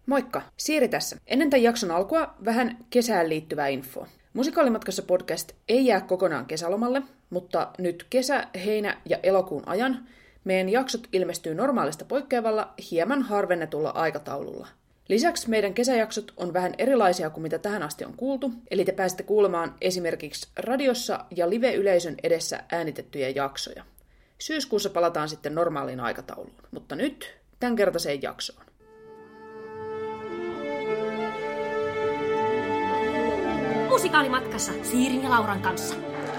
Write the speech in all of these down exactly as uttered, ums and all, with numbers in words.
Moikka, Siiri tässä. Ennen tämän jakson alkua vähän kesään liittyvää infoa. Musikaalimatkassa podcast ei jää kokonaan kesälomalle, mutta nyt kesä, heinä ja elokuun ajan meidän jaksot ilmestyy normaalista poikkeavalla hieman harvennetulla aikataululla. Lisäksi meidän kesäjaksot on vähän erilaisia kuin mitä tähän asti on kuultu, eli te pääsette kuulemaan esimerkiksi radiossa ja live-yleisön edessä äänitettyjä jaksoja. Syyskuussa palataan sitten normaaliin aikatauluun, mutta nyt tämänkertaiseen jaksoon. Musikaalimatkassa Siirin ja Lauran kanssa.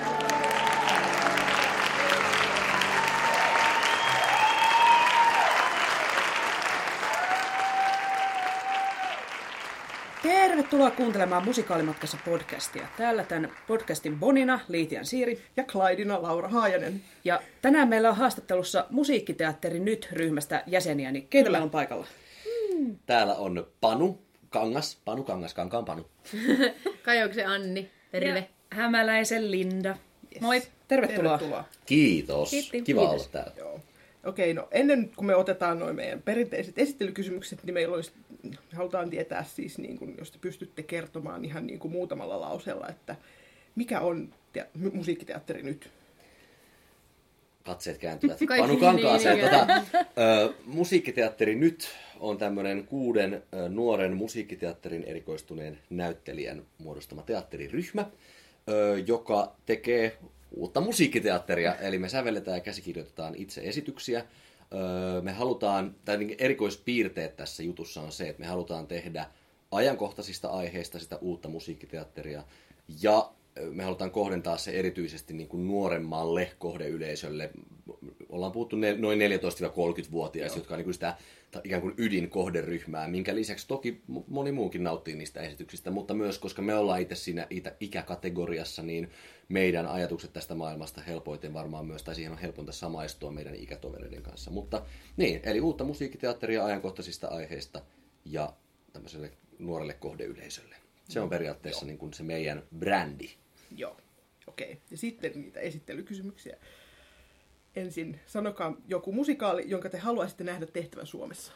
Tervetuloa kuuntelemaan Musikaalimatkassa podcastia. Täällä tämän podcastin bonina Liitian Siiri ja Klaidina Laura Haajanen. Ja tänään meillä on haastattelussa Musiikkiteatteri Nyt-ryhmästä jäseniä, niin keitä meillä on paikalla? Hmm. Täällä on Panu Kangas, Panu Kangas, Kankaan Panu. Kajoksen Anni, terve. Ja Hämäläisen Linda. Yes. Moi, tervetuloa. tervetuloa. Kiitos, Kiitti. kiva Kiitos. olla täällä. Joo. Okei, no ennen kuin me otetaan noin meidän perinteiset esittelykysymykset, niin meillä olisi, halutaan tietää siis, niin kuin, jos te pystytte kertomaan ihan niin kuin muutamalla lauseella, että mikä on te- musiikkiteatteri nyt? Katseet kääntyvät Kaikki Panu Kankaaseen. niin, tota, ö, musiikkiteatteri Nyt on tämmöinen kuuden ö, nuoren musiikkiteatterin erikoistuneen näyttelijän muodostama teatteriryhmä, ö, joka tekee uutta musiikkiteatteria. Eli me sävelletään ja käsikirjoitetaan itse esityksiä. Öö, me halutaan, tai erikoispiirteet tässä jutussa on se, että me halutaan tehdä ajankohtaisista aiheista sitä uutta musiikkiteatteria, ja me halutaan kohdentaa se erityisesti niin kuin nuoremmalle kohdeyleisölle. Ollaan puhuttu ne, noin neljätoista-kolmekymmentävuotiaista, jotka on niin kuin sitä ikään kuin ydinkohderyhmää, minkä lisäksi toki moni muukin nauttii niistä esityksistä, mutta myös, koska me ollaan itse siinä ikäkategoriassa, niin meidän ajatukset tästä maailmasta helpoiten varmaan myös, tai siihen on helpointa samaistua meidän ikätovereiden kanssa. Mutta niin, eli uutta musiikkiteatteria ajankohtaisista aiheista ja tämmöiselle nuorelle kohdeyleisölle. Se on periaatteessa niin kuin se meidän brändi. Joo, okei. Ja sitten niitä esittelykysymyksiä. Ensin sanokaa joku musikaali, jonka te haluaisitte nähdä tehtävän Suomessa.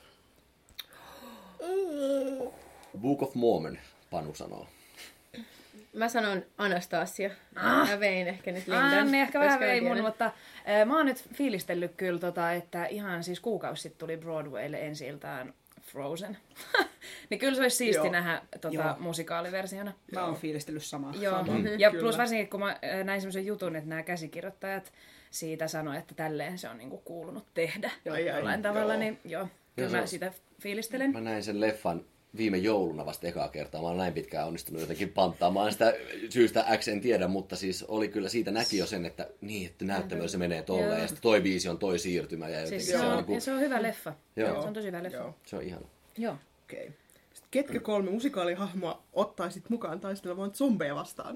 Book of Mormon, Panu sanoo. Mä sanon Anastasia. Ah. Mä vein ehkä nyt Lindan. Anni ehkä vähän koska mä vei mun, tiedän. mutta äh, mä oon nyt fiilistellyt kyllä, tota, että ihan siis kuukausi sitten tuli Broadwaylle ensi-iltaan Frozen. Niin kyllä se olisi siisti Joo. nähdä tota, Joo. musikaaliversiona. Mä oon fiilistellyt samaa. Joo. Sama. Mm-hmm. Ja Kyllä. plus varsinkin kun mä äh, näin semmoisen jutun, että nämä käsikirjoittajat siitä sanoi, että tälleen se on niinku kuulunut tehdä Ai, ai, jollain tavalla, joo. niin joo, kyllä se mä on- sitä fiilistelen. Mä näin sen leffan viime jouluna vasta ekaa kertaa. Mä oon näin pitkään onnistunut jotenkin panttaamaan sitä syystä X, en tiedä, mutta siis oli kyllä siitä näki jo sen, että niin, että näyttämöllä se menee tolleen. Joo. Ja sitten toi biisi on toi siirtymä. Ja jotenkin Siis se, se, on, on, niinku, ja se on hyvä leffa. Joo. Se on tosi hyvä leffa. Joo, se on ihana. Joo. okei. Sitten ketkä kolme musikaalihahmoa ottaisit mukaan taistelemaan zombeja vastaan?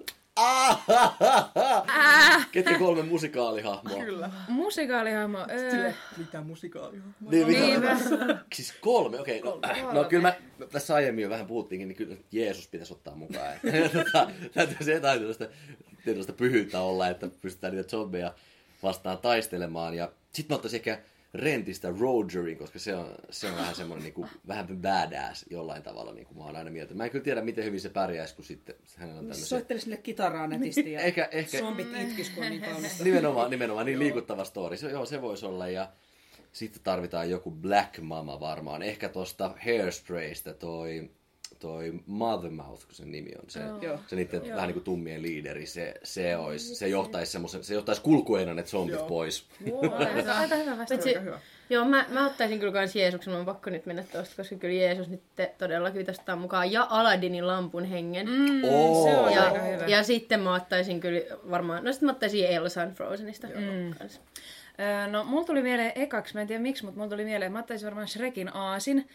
Ketkä kolme musikaalihahmoa? Kyllä. Musikaalihahmo. Öö, Sille, mitä musikaalihahmoa? Niin, mitä? Niinpä. Siis kolme, okei. Okay, no, no kyllä mä, tässä aiemmin jo vähän puhuttiinkin, niin kyllä Jeesus pitäisi ottaa mukaan. Tota, täytyy se jotain tällaista, tällaista pyhyyttä olla, että pystytään niitä zombeja vastaan taistelemaan. Ja sit mä ottaisin ehkä Rentistä Rogerin, koska se on, se on vähän semmoinen niin kuin, vähän badass jollain tavalla, niin kuin mä oon aina mieltä. Mä en kyllä tiedä, miten hyvin se pärjäisi, kun sitten hänellä on tämmöisiä... Soittelisi sille kitaraa netisti ja Ehkä, ehkä, zombit itkis, kun on niin kaunista. Nimenomaan, nimenomaan niin liikuttava story. Se, joo, se voisi olla. Ja sitten tarvitaan joku Black Mama varmaan. Ehkä tosta Hairspraysta toi, toi Mothermouth, kun sen nimi on. Se, Joo. se niiden Joo. vähän niin kuin tummien liideri. Se, se, olisi, se johtaisi semmoisen, se johtaisi kulkueinan ne zombit Joo. pois. Wow, aika, aika hyvä vastaus. Paitsi- Aika hyvä. Joo, mä, mä ottaisin kyllä kans Jeesuksen, mä on pakko nyt mennä tosta, koska kyllä Jeesus nyt te- todellakin pitäisi ottaa mukaan. Ja Aladdinin lampun hengen. Mm, Oo. se on ja, aika hyvä. ja sitten mä ottaisin kyllä varmaan, no sitten mä ottaisin Elsan Frozenista mm. kanssa. Öö, no, mulla tuli mieleen ekaksi, mä en tiedä miksi, mutta mulla tuli mieleen, mä ottaisin varmaan Shrekin aasin.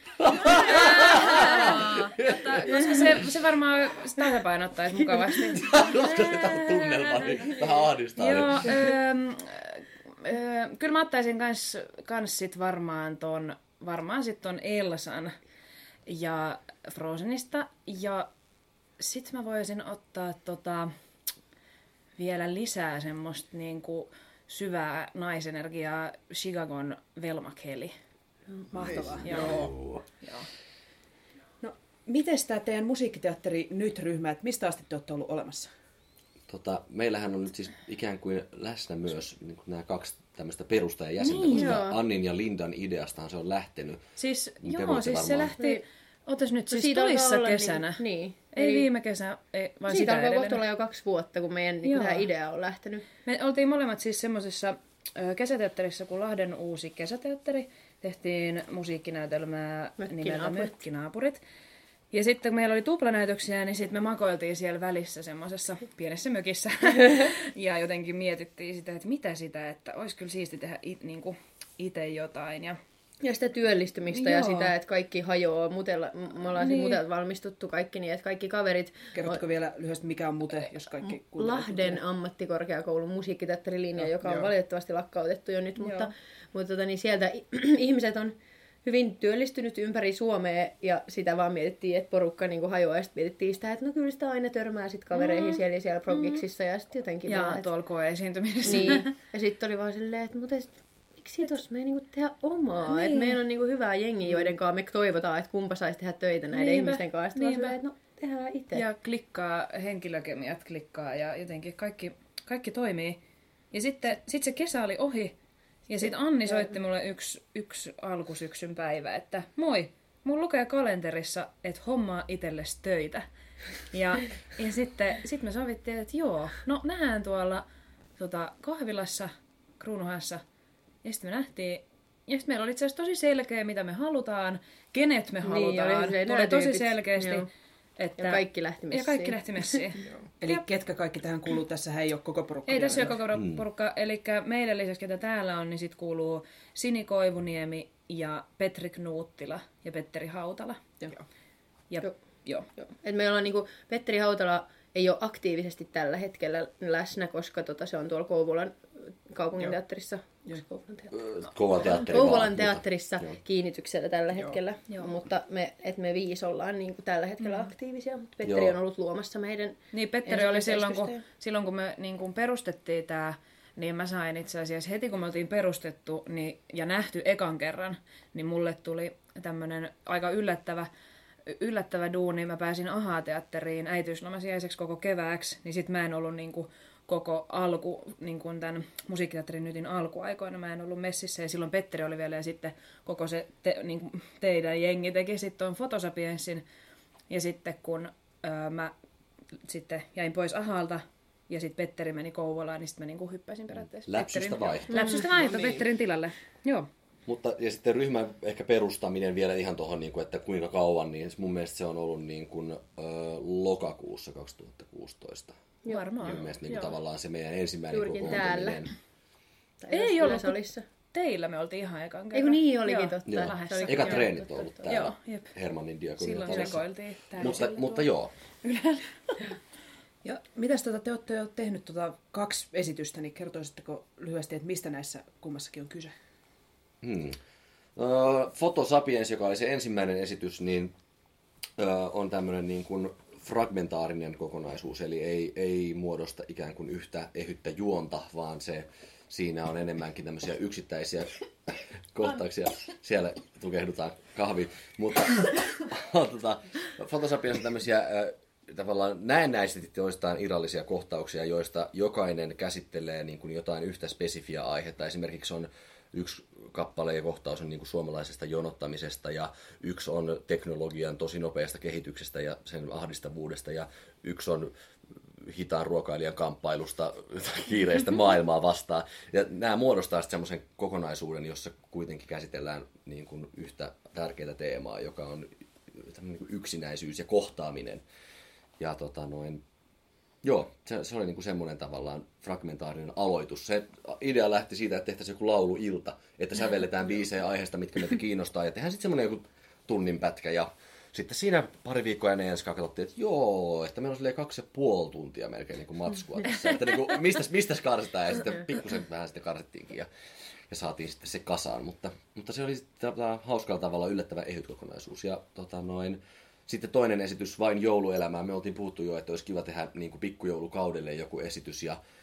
Mutta, koska se, se varmaan tasapainottaisi mukavasti. Koska se tämä tunnelma niin vähän ahdistaa. Joo, Niin. öö, öö, kyllä mä ottaisin kans, kans sit varmaan ton, varmaan sit ton Elsan ja Frozenista. Ja sit mä voisin ottaa tota, vielä lisää semmoista niinku syvää naisenergiaa Chicagon Velma Kelly. Mahtavaa. Joo. Joo. Joo. miten tämä teidän musiikkiteatteri nyt-ryhmä, että mistä asti te olette ollut olemassa? Tota, meillähän on nyt siis ikään kuin läsnä myös niin kuin nämä kaksi tämmöistä perustajajäsentä, Niin, koska joo. Annin ja Lindan ideastahan se on lähtenyt. Siis, Niin joo, perusti siis se varmaan. lähti, otas nyt, No siis siitä alkaa toissa olla kesänä. Niin, niin. Ei Eli viime kesä, ei, vaan siitä sitä alkaa kohta olla edellinen. jo kaksi vuotta, kun meidän niin Joo. tämä idea on lähtenyt. Me oltiin molemmat siis semmoisessa kesäteatterissa kuin Lahden uusi kesäteatteri. Tehtiin musiikkinäytelmää nimeltä Mökkinaapurit. Mökkinaapurit. Ja sitten kun meillä oli tuplanäytöksiä, niin sitten me makoiltiin siellä välissä semmoisessa pienessä mökissä. Ja jotenkin mietittiin sitä, että mitä sitä, että olisi kyllä siisti tehdä it, niinku itse jotain. Ja Ja sitä työllistymistä Joo. ja sitä, että kaikki hajoaa. Mutella, me ollaan Niin. niin. mutelta valmistuttu kaikki niin, että kaikki kaverit... Kerrotko vielä lyhyesti, mikä on mute, jos kaikki kuuntelevat? Lahden ammattikorkeakoulun musiikkiteatterilinja, joka on Joo. valitettavasti lakkautettu jo nyt, mutta, Joo. mutta tota, niin sieltä ihmiset on hyvin työllistynyt ympäri Suomea ja sitä vaan mietittiin, että porukka niin hajoaa ja sitten mietittiin sitä, että no kyllä sitä aina törmää sit kavereihin mm. siellä ja siellä progiksissa ja sitten jotenkin Ja vaan, että... tuolla koe-esiintymisessä. Niin. Ja sitten oli vaan silleen, että mutta miksi tuossa me ei niinku tehdä omaa? Niin. Että meillä on niinku hyvää jengiä, joiden kanssa me toivotaan, että kumpa saisi tehdä töitä näiden Niinpä, ihmisten kanssa. Sitten vaan niinpä. silleen, että no tehdään itse. Ja klikkaa, henkilökemiat klikkaa ja jotenkin kaikki, kaikki toimii. Ja sitten sit se kesä oli ohi. Ja sitten Anni soitti mulle yksi, yksi alkusyksyn päivä, että moi, mun lukee kalenterissa, että hommaa itsellesi töitä. Ja, ja sitten sit me sovittiin, että joo, no nähdään tuolla tota, kahvilassa, Kruunuhässä. Ja sitten me nähtiin, ja sitten meillä oli itse asiassa tosi selkeä, mitä me halutaan, kenet me Niin, halutaan. oli silleen, Tuli nää tosi tyypit. selkeästi. Joo. Että... Ja kaikki lähti messiin. Ja kaikki lähti messiin. Eli ketkä kaikki tähän kuuluu? Tässä ei ole koko porukka. Ei vielä, tässä ole joo. koko mm. porukka. Eli meidän lisäksi, ketä täällä on, niin sit kuuluu Sini Koivuniemi ja Petri Knuuttila ja Petteri Hautala. Joo. Ja, Joo. joo. Joo. Et meillä on niinku, Petteri Hautala ei ole aktiivisesti tällä hetkellä läsnä, koska tota, se on tuolla Kouvolan kaupunginteatterissa. Kouvolan teatteri? Kova teatteri. Kouvolan vaan, teatterissa mutta- kiinnityksellä tällä Joo. hetkellä. Joo. Mutta me, et me viisi ollaan niin kuin tällä hetkellä mm. aktiivisia. Mutta Petteri Joo. on ollut luomassa meidän... Niin Petteri oli silloin, kun, esitystä. silloin, kun me niin kun perustettiin tämä, niin mä sain itse asiassa heti, kun me oltiin perustettu niin, ja nähty ekan kerran, niin mulle tuli tämmöinen aika yllättävä, yllättävä duuni. Mä pääsin Ahaa-teatteriin äitiyslomasiaiseksi koko kevääksi, niin sit mä en ollut niin kuin koko alku, niin kuin tämän musiikkiteatterin nytin alkuaikoina, mä en ollut messissä ja silloin Petteri oli vielä ja sitten koko se te, niin kuin teidän jengi teki sitten tuon Fotosapienssin ja sitten kun öö, mä sitten jäin pois Ahalta ja sitten Petteri meni Kouvolaan, niin sitten mä niin kuin hyppäsin periaatteessa Läpsystä Petterin- vaihto. Läpsystä vaihto No niin. Petterin tilalle, joo. Mutta ja sitten ryhmän ehkä perustaminen vielä ihan tuohon, niin kuin, että kuinka kauan, niin mun mielestä se on ollut niin kuin, ö, lokakuussa kaksituhattakuusitoista. Varmaan. Mun mielestä niin kuin, Joo. tavallaan se meidän ensimmäinen Juurikin täällä. kokoontuminen. Ei Yle ollut, salissa. Teillä me oltiin ihan ekan kerran. Ei kun niin olikin Joo. totta. Joo. Lahdessa. Se oli- Eka joo, treenit totta, on ollut totta. täällä Joo, jep. Hermannin diakonian Silloin talossa. sekoiltiin täällä. Mutta, mutta joo, Ja mitäs tuota, te olette jo tehnyt tuota kaksi esitystä, niin kertoisitteko lyhyesti, että mistä näissä kummassakin on kyse? Hmm. Ö, Fotosapiens, joka oli se ensimmäinen esitys, niin ö, on tämmöinen niin kuin fragmentaarinen kokonaisuus, eli ei, ei muodosta ikään kuin yhtä ehyttä juonta, vaan se, siinä on enemmänkin tämmöisiä yksittäisiä kohtauksia. Siellä tukehdutaan kahviin. Mutta tota, Fotosapiens on tämmöisiä ö, tavallaan näennäisesti toistaan irrallisia kohtauksia, joista jokainen käsittelee niin kuin jotain yhtä spesifiä aihetta. Esimerkiksi on yksi kappale ja kohtaus on niin kuin suomalaisesta jonottamisesta ja yksi on teknologian tosi nopeasta kehityksestä ja sen ahdistavuudesta ja yksi on hitaan ruokailijan kamppailusta kiireistä maailmaa vastaan. Ja nämä muodostaa sitten semmoisen kokonaisuuden, jossa kuitenkin käsitellään niin kuin yhtä tärkeää teemaa, joka on tämmöinen niin kuin yksinäisyys ja kohtaaminen. Ja tota noin, joo, se, se oli niinku semmoinen tavallaan fragmentaarinen aloitus. Se idea lähti siitä, että tehtäisiin joku lauluilta, että sävelletään biisejä aiheesta, mitkä meitä kiinnostaa, ja tehdään sitten semmoinen joku tunnin pätkä. Ja sitten siinä pari viikkoa ennen ensi katsottiin, että joo, että meillä on silleen kaksi ja puoli tuntia melkein niinku matskua tässä. Että niinku, mistäs, mistäs karsitaan, ja sitten pikkusen vähän sitten karsittiinkin, ja, ja saatiin sitten se kasaan. Mutta, mutta se oli sitten hauskalla tavalla yllättävän ehyt kokonaisuus. Ja tota noin, sitten toinen esitys, Vain jouluelämää. Me oltiin puhuttu jo, että olisi kiva tehdä niin kuin pikkujoulukaudelle joku esitys. Ja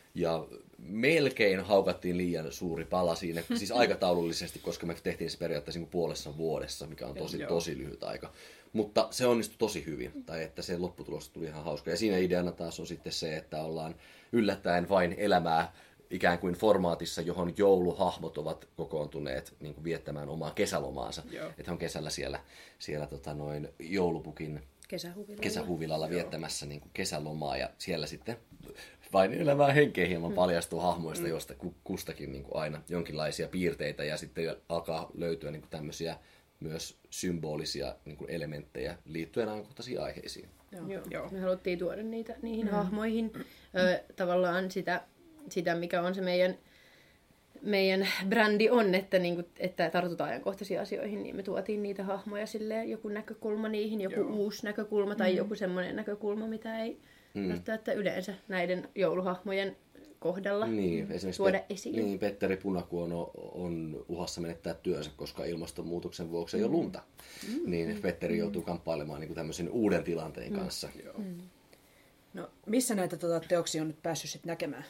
Ja melkein haukattiin liian suuri pala siinä, siis aikataulullisesti, koska me tehtiin se periaatteessa niin puolessa vuodessa, mikä on tosi, tosi lyhyt aika. Mutta se onnistui tosi hyvin, tai että se lopputulos tuli ihan hauska. Ja siinä ideana taas on sitten se, että ollaan yllättäen vain elämää ikään kuin formaatissa, johon jouluhahmot ovat kokoontuneet niin kuin viettämään omaa kesälomaansa. Joo. Että on kesällä siellä, siellä tota noin joulupukin kesähuvilalla, kesähuvilalla viettämässä niin kuin kesälomaa, ja siellä sitten vain elämään henkeä hieman paljastuu hahmoista, mm. josta kustakin niin kuin aina jonkinlaisia piirteitä, ja sitten alkaa löytyä niin kuin tämmöisiä myös symbolisia niin kuin elementtejä liittyen ajankohtaisiin aiheisiin. Joo. Joo. Me haluttiin tuoda niitä niihin mm. hahmoihin ö, tavallaan sitä, sitä, mikä on se meidän, meidän brändi on, että, niin kuin, että tartutaan ajankohtaisiin asioihin, niin me tuotiin niitä hahmoja silleen, joku näkökulma niihin, joku Joo. uusi näkökulma tai mm. joku semmoinen näkökulma, mitä ei mm. välttämättä yleensä näiden jouluhahmojen kohdalla niin, esimerkiksi tuoda Pet- esiin. Niin, Petteri Punakuono on uhassa menettää työnsä, koska ilmastonmuutoksen vuoksi ei ole lunta. Mm. Niin Petteri joutuu kamppailemaan niin kuin tämmöisen uuden tilanteen mm. kanssa. Mm. No, missä näitä tuota, teoksia on nyt päässyt sit näkemään?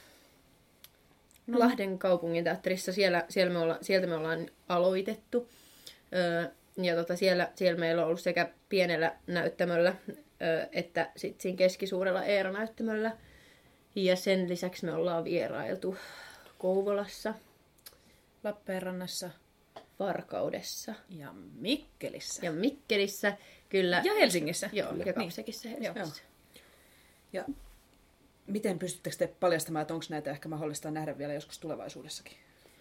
No. Lahden kaupungin teatterissa, siellä, siellä me olla, sieltä me ollaan aloitettu. Öö, ja tota, siellä, siellä meillä on ollut sekä pienellä näyttämöllä öö, että sit siinä keskisuurella Eera-näyttämöllä. Ja sen lisäksi me ollaan vierailtu Kouvolassa, Lappeenrannassa, Varkaudessa ja Mikkelissä. Ja Mikkelissä, kyllä. Ja Helsingissä. Joo, ja Kapsekissa Helsingissä. Ja miten pystyttekö te paljastamaan, että onko näitä ehkä mahdollista nähdä vielä joskus tulevaisuudessakin?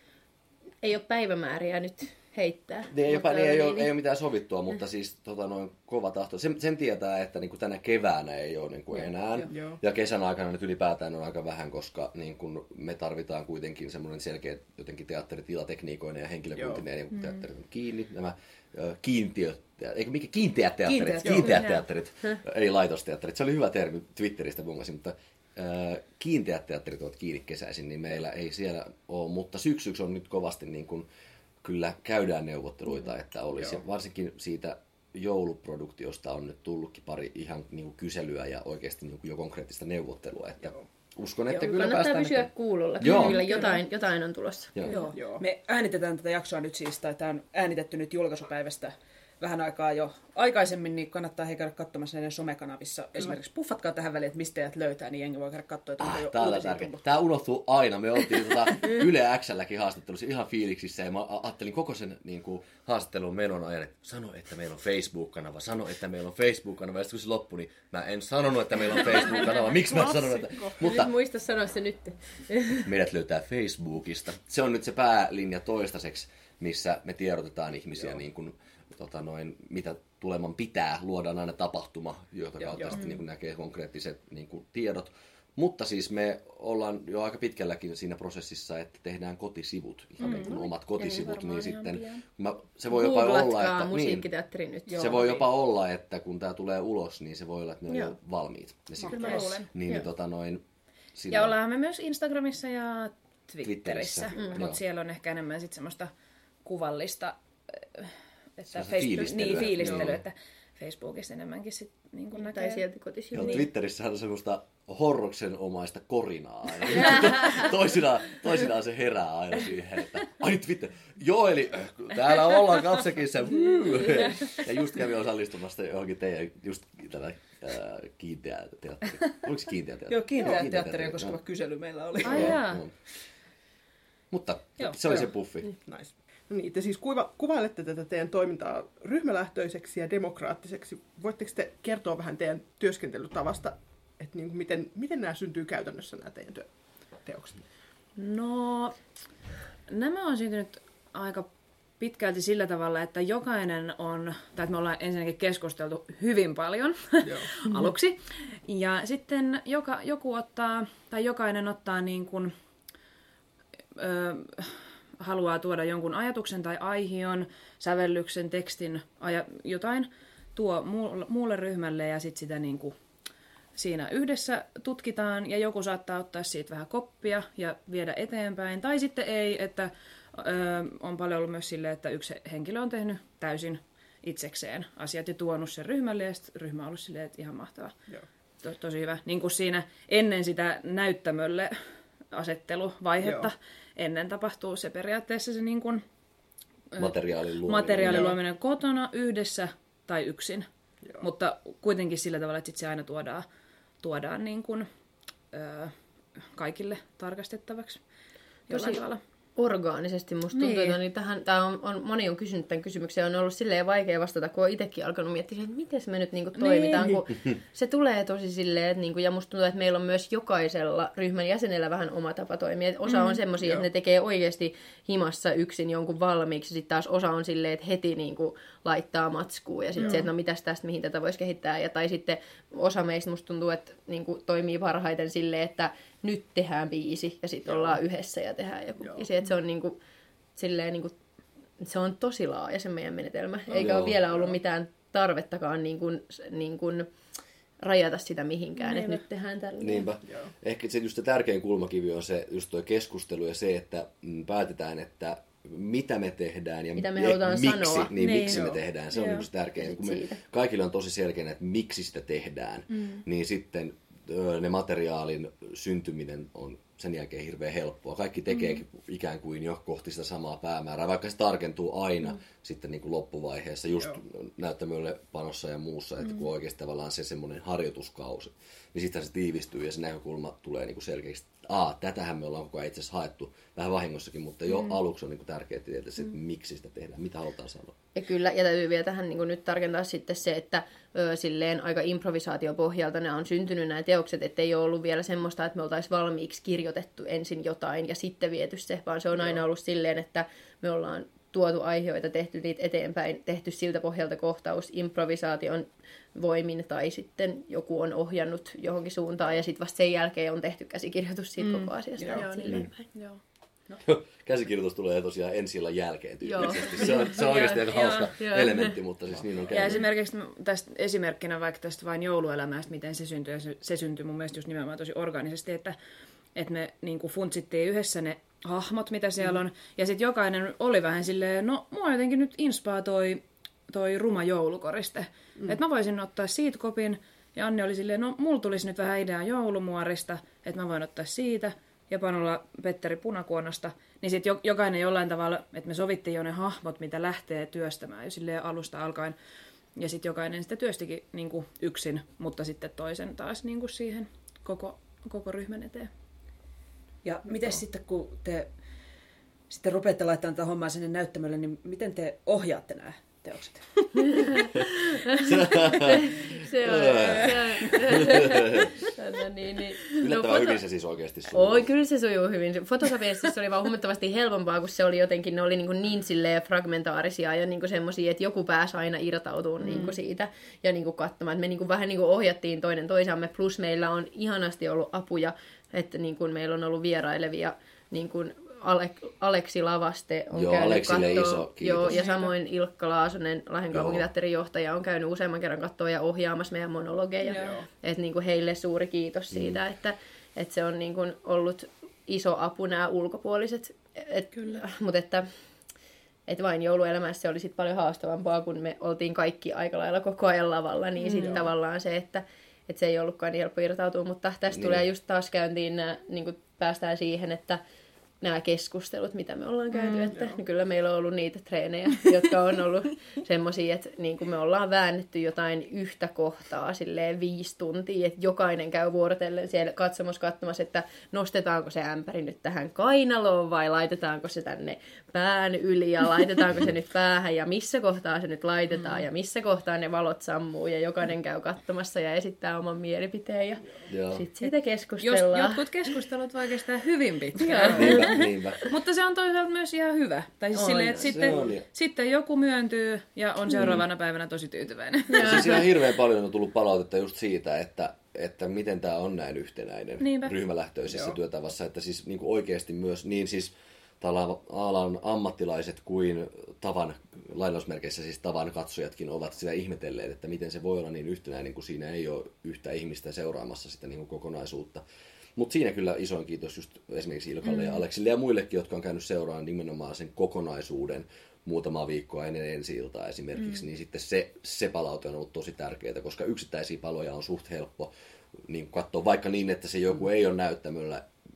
Ei ole päivämääriä nyt heittää. Ne ei, jopa, niin, ei, ole, ei ole mitään sovittua, mutta siis tota, noin kova tahto. Sen, sen tietää, että niin kuin tänä keväänä ei ole niin kuin enää. Joo. Ja kesän aikana nyt ylipäätään on aika vähän, koska niin kuin me tarvitaan kuitenkin semmoinen selkeä jotenkin teatteritilatekniikoinen ja henkilökuntinen ja teatterit on kiinni. Nämä kiintiöt, eikö mikä kiinteät teatterit, kiinteät, kiinteät teatterit, ei laitosteatterit. Se oli hyvä termi, Twitteristä bungasin, mutta äh, kiinteät teatterit ovat kiinni kesäisin, niin meillä ei siellä ole, mutta syksyksi on nyt kovasti niin kuin kyllä käydään neuvotteluita, että olisi. Ja varsinkin siitä jouluproduktiosta on nyt tullutkin pari ihan niin kuin kyselyä ja oikeasti niin kuin jo konkreettista neuvottelua. Että uskon, että Joo, kyllä kannattaa päästään... pysyä kuulolla. Joo. Kyllä jotain, jotain on tulossa. Joo. Joo. Joo. Me äänitetään tätä jaksoa nyt siis, tai tämä on äänitetty nyt julkaisupäivästä vähän aikaa jo aikaisemmin, niin kannattaa he käydä katsomassa näiden somekanavissa. Mm. Esimerkiksi puffatkaa tähän väliin, että mistä teidät löytää, niin jengi voi käydä katsoa, että ah, jo Tämä on tärkeää. Tämä unohtuu aina. Me oltiin tota Yle X:lläkin haastattelussa ihan fiiliksissä, ja mä ajattelin koko sen niin kuin, haastattelun menon ajan, että sano, että meillä on Facebook-kanava, sano, että meillä on Facebook-kanava, ja sitten kun se loppui, niin mä en sanonut, että meillä on Facebook-kanava. Miksi mä en sanonut, että... Mutta nyt muista sanoa se nyt. Meidät löytää Facebookista. Se on nyt se päälinja toistaiseksi, missä me tiedotetaan ihmisiä niin kuin, tota noin, mitä tuleman pitää. Luodaan aina tapahtuma, jota kautta joo, sitten mm. niin näkee konkreettiset niin kuin, tiedot. Mutta siis me ollaan jo aika pitkälläkin siinä prosessissa, että tehdään kotisivut, ihan mm. niin omat kotisivut, niin, niin sitten mä, se voi jopa olla, että musiikkiteatteri nyt. Se voi jopa olla, että kun tämä tulee ulos, niin se voi olla, että ne on joo. jo valmiit. Kyllä mä luulen. Niin, niin, tota noin, ja ollaan me myös Instagramissa ja Twitterissä, Twitterissä. Mm. mutta siellä on ehkä enemmän sit semmoista kuvallista, että Facebook, fiilistelyä, niin, fiilistely, että Facebookissa enemmänkin sit niin kuin näkee. Tai sieltä kotisivut. Niin. Twitterissähän on semmoista horroksenomaista korinaa aina. toisinaan, toisinaan se herää aina siihen, että ai Twitter, joo eli täällä ollaan Kapsekissa. Ja just kävi osallistumasta johonkin teidän just tällä äh, kiinteä teatteri. Oliko se kiinteä teatteri? Joo, kiinteä joo, teatteria koskeva no. kysely meillä oli. Ai jaa. No. Mutta joo, se oli joo. se puffi. Nice. No niin, te siis kuva, kuvailette tätä teidän toimintaa ryhmälähtöiseksi ja demokraattiseksi. Voitteko te kertoa vähän teidän työskentelytavasta, että niin kuin miten, miten nämä syntyy käytännössä, nämä teidän työ, teokset? No, nämä on syntynyt aika pitkälti sillä tavalla, että jokainen on, tai että me ollaan ensinnäkin keskusteltu hyvin paljon aluksi, ja sitten joka, joku ottaa, tai jokainen ottaa niin kuin, ö, haluaa tuoda jonkun ajatuksen tai aihion, sävellyksen, tekstin, aja, jotain, tuo muulle ryhmälle ja sitten sitä niin kuin siinä yhdessä tutkitaan ja joku saattaa ottaa siitä vähän koppia ja viedä eteenpäin. Tai sitten ei, että ö, on paljon ollut myös silleen, että yksi henkilö on tehnyt täysin itsekseen asiat ja tuonut sen ryhmälle ja sitten ryhmä on ollut silleen, että ihan mahtavaa. To, tosi hyvä. Niin kuin siinä ennen sitä näyttämölle asetteluvaihetta. Joo. Ennen tapahtuu se periaatteessa se niin kuin, Materiaalin luominen. materiaalin luominen kotona, yhdessä tai yksin. Joo. Mutta kuitenkin sillä tavalla, että sit se aina tuodaan, tuodaan niin kuin, ö, kaikille tarkastettavaksi. Jollain Tosi tavalla. orgaanisesti musta tuntuu, Niin. että niin tähän, tää on, on, moni on kysynyt tämän kysymyksen ja on ollut silleen vaikea vastata, kun on itsekin alkanut miettiä, että miten me nyt niinku toimitaan, kun se tulee tosi silleen, että niinku, ja musta tuntuu, että meillä on myös jokaisella ryhmän jäsenellä vähän oma tapa toimia. Et osa on semmoisia, että ne tekee oikeasti himassa yksin jonkun valmiiksi, sitten taas osa on silleen, että heti niinku laittaa matskuun ja sitten se, että no mitäs tästä, mihin tätä voisi kehittää. Ja, tai sitten osa meistä musta tuntuu, että niinku, toimii parhaiten silleen, että nyt tehdään biisi ja sitten ollaan yhdessä ja tehdään joku biisi. Että se on niinku, silleen, niinku, se on tosi laaja se meidän menetelmä. Eikä Joo, ole vielä ollut mitään tarvettakaan niin kuin, niin kuin rajata sitä mihinkään, että nyt tehdään tällä. Niinpä. Joo. Ehkä se just se tärkein kulmakivi on se just tuo keskustelu ja se, että mm, päätetään, että mitä me tehdään ja Mitä me eh, halutaan miksi, sanoa. niin, Niin. miksi me Joo. tehdään. Se on Joo. niin se tärkein. Kun me, Siitä. kaikille on tosi selkeänä, että miksi sitä tehdään, mm. niin sitten ö, ne materiaalin syntyminen on sen jälkeen hirveän helppoa. Kaikki tekee mm. ikään kuin jo kohti sitä samaa päämäärää, vaikka se tarkentuu aina mm. sitten niin kuin loppuvaiheessa, just Joo. näyttämölle panossa ja muussa, että mm. kun oikeasti tavallaan se semmoinen harjoituskausi, niin sitten se tiivistyy ja se näkökulma tulee niin kuin selkeäksi. Aa, tätähän me ollaan koko ajan itse asiassa haettu vähän vahingossakin, mutta jo mm. aluksi on niin kuin tärkeää tietää se, että miksi sitä tehdään, mitä halutaan sanoa. Ja kyllä, ja täytyy vielä tähän niin kuin nyt tarkentaa sitten se, että ö, silleen aika improvisaatiopohjalta nämä on syntynyt nämä teokset, että ei ole ollut vielä semmoista, että me oltaisiin valmiiksi kirjoitettu ensin jotain ja sitten viety se, vaan se on aina ollut silleen, että me ollaan tuotu aiheita, tehty niitä eteenpäin, tehty siltä pohjalta kohtaus improvisaation voimin tai sitten joku on ohjannut johonkin suuntaan ja sitten vasta sen jälkeen on tehty käsikirjoitus siitä mm. koko asiasta. Joo. Silleen päin. Joo. Käsikirjoitus tulee tosiaan ensi illan jälkeen Joo. tyyppisesti. Se on, se on oikeasti aika hauska Joo. elementti, mutta siis niin on Ja käynyt. esimerkiksi tästä esimerkkinä vaikka tästä vain jouluelämästä, miten se syntyi, ja se, se syntyi mun mielestä just nimenomaan tosi organisesti, että, että me niin kuin funtsittiin yhdessä ne hahmot, mitä siellä on, ja sitten jokainen oli vähän silleen, no mua jotenkin nyt inspaa toi, toi ruma joulukoriste, mm. että mä voisin ottaa siitä kopin, ja Anni oli silleen, no mulla tulisi nyt vähän ideaa joulumuorista, että mä voin ottaa siitä, ja Panolla Petteri Punakuonosta, niin sitten jokainen jollain tavalla, että me sovittiin jo ne hahmot, mitä lähtee työstämään jo silleen alusta alkaen. Ja sitten jokainen sitä työstikin niin kuin yksin, mutta sitten toisen taas niin kuin siihen koko, koko ryhmän eteen. Ja miten sitten, kun te sitten rupeatte laittamaan tätä hommaa sinne näyttämölle, niin miten te ohjaatte nämä teokset? Se on, se on, no niin, niin. Yllättävän No, hyvin se siis oikeasti sujuu. Oi, kyllä se sujuu hyvin. Fotosapiessa se oli vaan huomattavasti helpompaa, kun se oli jotenkin, ne oli niin, kuin niin silleen fragmentaarisia ja niin semmoisia, että joku pääsi aina irtautumaan mm. niin siitä ja niin katsomaan. Että me niin kuin vähän niin kuin ohjattiin toinen toisiamme, plus meillä on ihanasti ollut apuja, että niin kuin meillä on ollut vierailevia niin kuin Alek- Aleksi Lavaste on Joo, käynyt Aleksille kattoo, iso kiitos. joo, ja samoin Ilkka Laasonen, Lahden Joo. kaupunginteatterin johtaja, on käynyt useamman kerran katsoa ja ohjaamassa meidän monologeja. Että niin kuin heille suuri kiitos siitä, mm. että, että se on niin kuin ollut iso apu nämä ulkopuoliset. Et, Kyllä. Mutta että, että vain jouluelämässä se oli sit paljon haastavampaa, kun me oltiin kaikki aika lailla koko ajan lavalla, niin sitten mm. tavallaan se, että, että se ei ollutkaan niin helppo irtautua. Mutta tästä niin. tulee just taas käyntiin, nää, niin kuin päästään siihen, että nämä keskustelut, mitä me ollaan käyty, mm, että niin kyllä meillä on ollut niitä treenejä, jotka on ollut semmoisia, että niin kuin me ollaan väännetty jotain yhtä kohtaa silleen viisi tuntia, että jokainen käy vuorotellen siellä katsomus katsomassa, että nostetaanko se ämpäri nyt tähän kainaloon vai laitetaanko se tänne pään yli ja laitetaanko se nyt päähän ja missä kohtaa se nyt laitetaan mm. ja missä kohtaa ne valot sammuu ja jokainen käy katsomassa ja esittää oman mielipiteen ja sitten siitä keskustellaan. Jos jotkut keskustelut oikeastaan hyvin pitkään. Niinpä. Mutta se on toisaalta myös ihan hyvä. Tai siis silleen, että sitten, sitten joku myöntyy ja on seuraavana mm. päivänä tosi tyytyväinen. Siis ihan hirveän paljon on tullut palautetta just siitä, että, että miten tämä on näin yhtenäinen Niinpä. ryhmälähtöisessä Joo. työtavassa. Että siis niin kuin oikeasti myös niin siis alan ammattilaiset kuin tavan, lainausmerkeissä siis tavan katsojatkin ovat sitä ihmetelleet, että miten se voi olla niin yhtenäinen, kun siinä ei ole yhtä ihmistä seuraamassa sitä niin kuin kokonaisuutta. Mutta siinä kyllä isoin kiitos just esimerkiksi Ilkalle mm. ja Aleksille ja muillekin, jotka on käynyt seuraamaan nimenomaan sen kokonaisuuden muutama viikkoa ennen ensi-iltaa esimerkiksi, mm. niin sitten se, se palaute on ollut tosi tärkeää, koska yksittäisiä paloja on suht helppo niin katsoa, vaikka niin, että se joku mm. ei ole näyttämöllä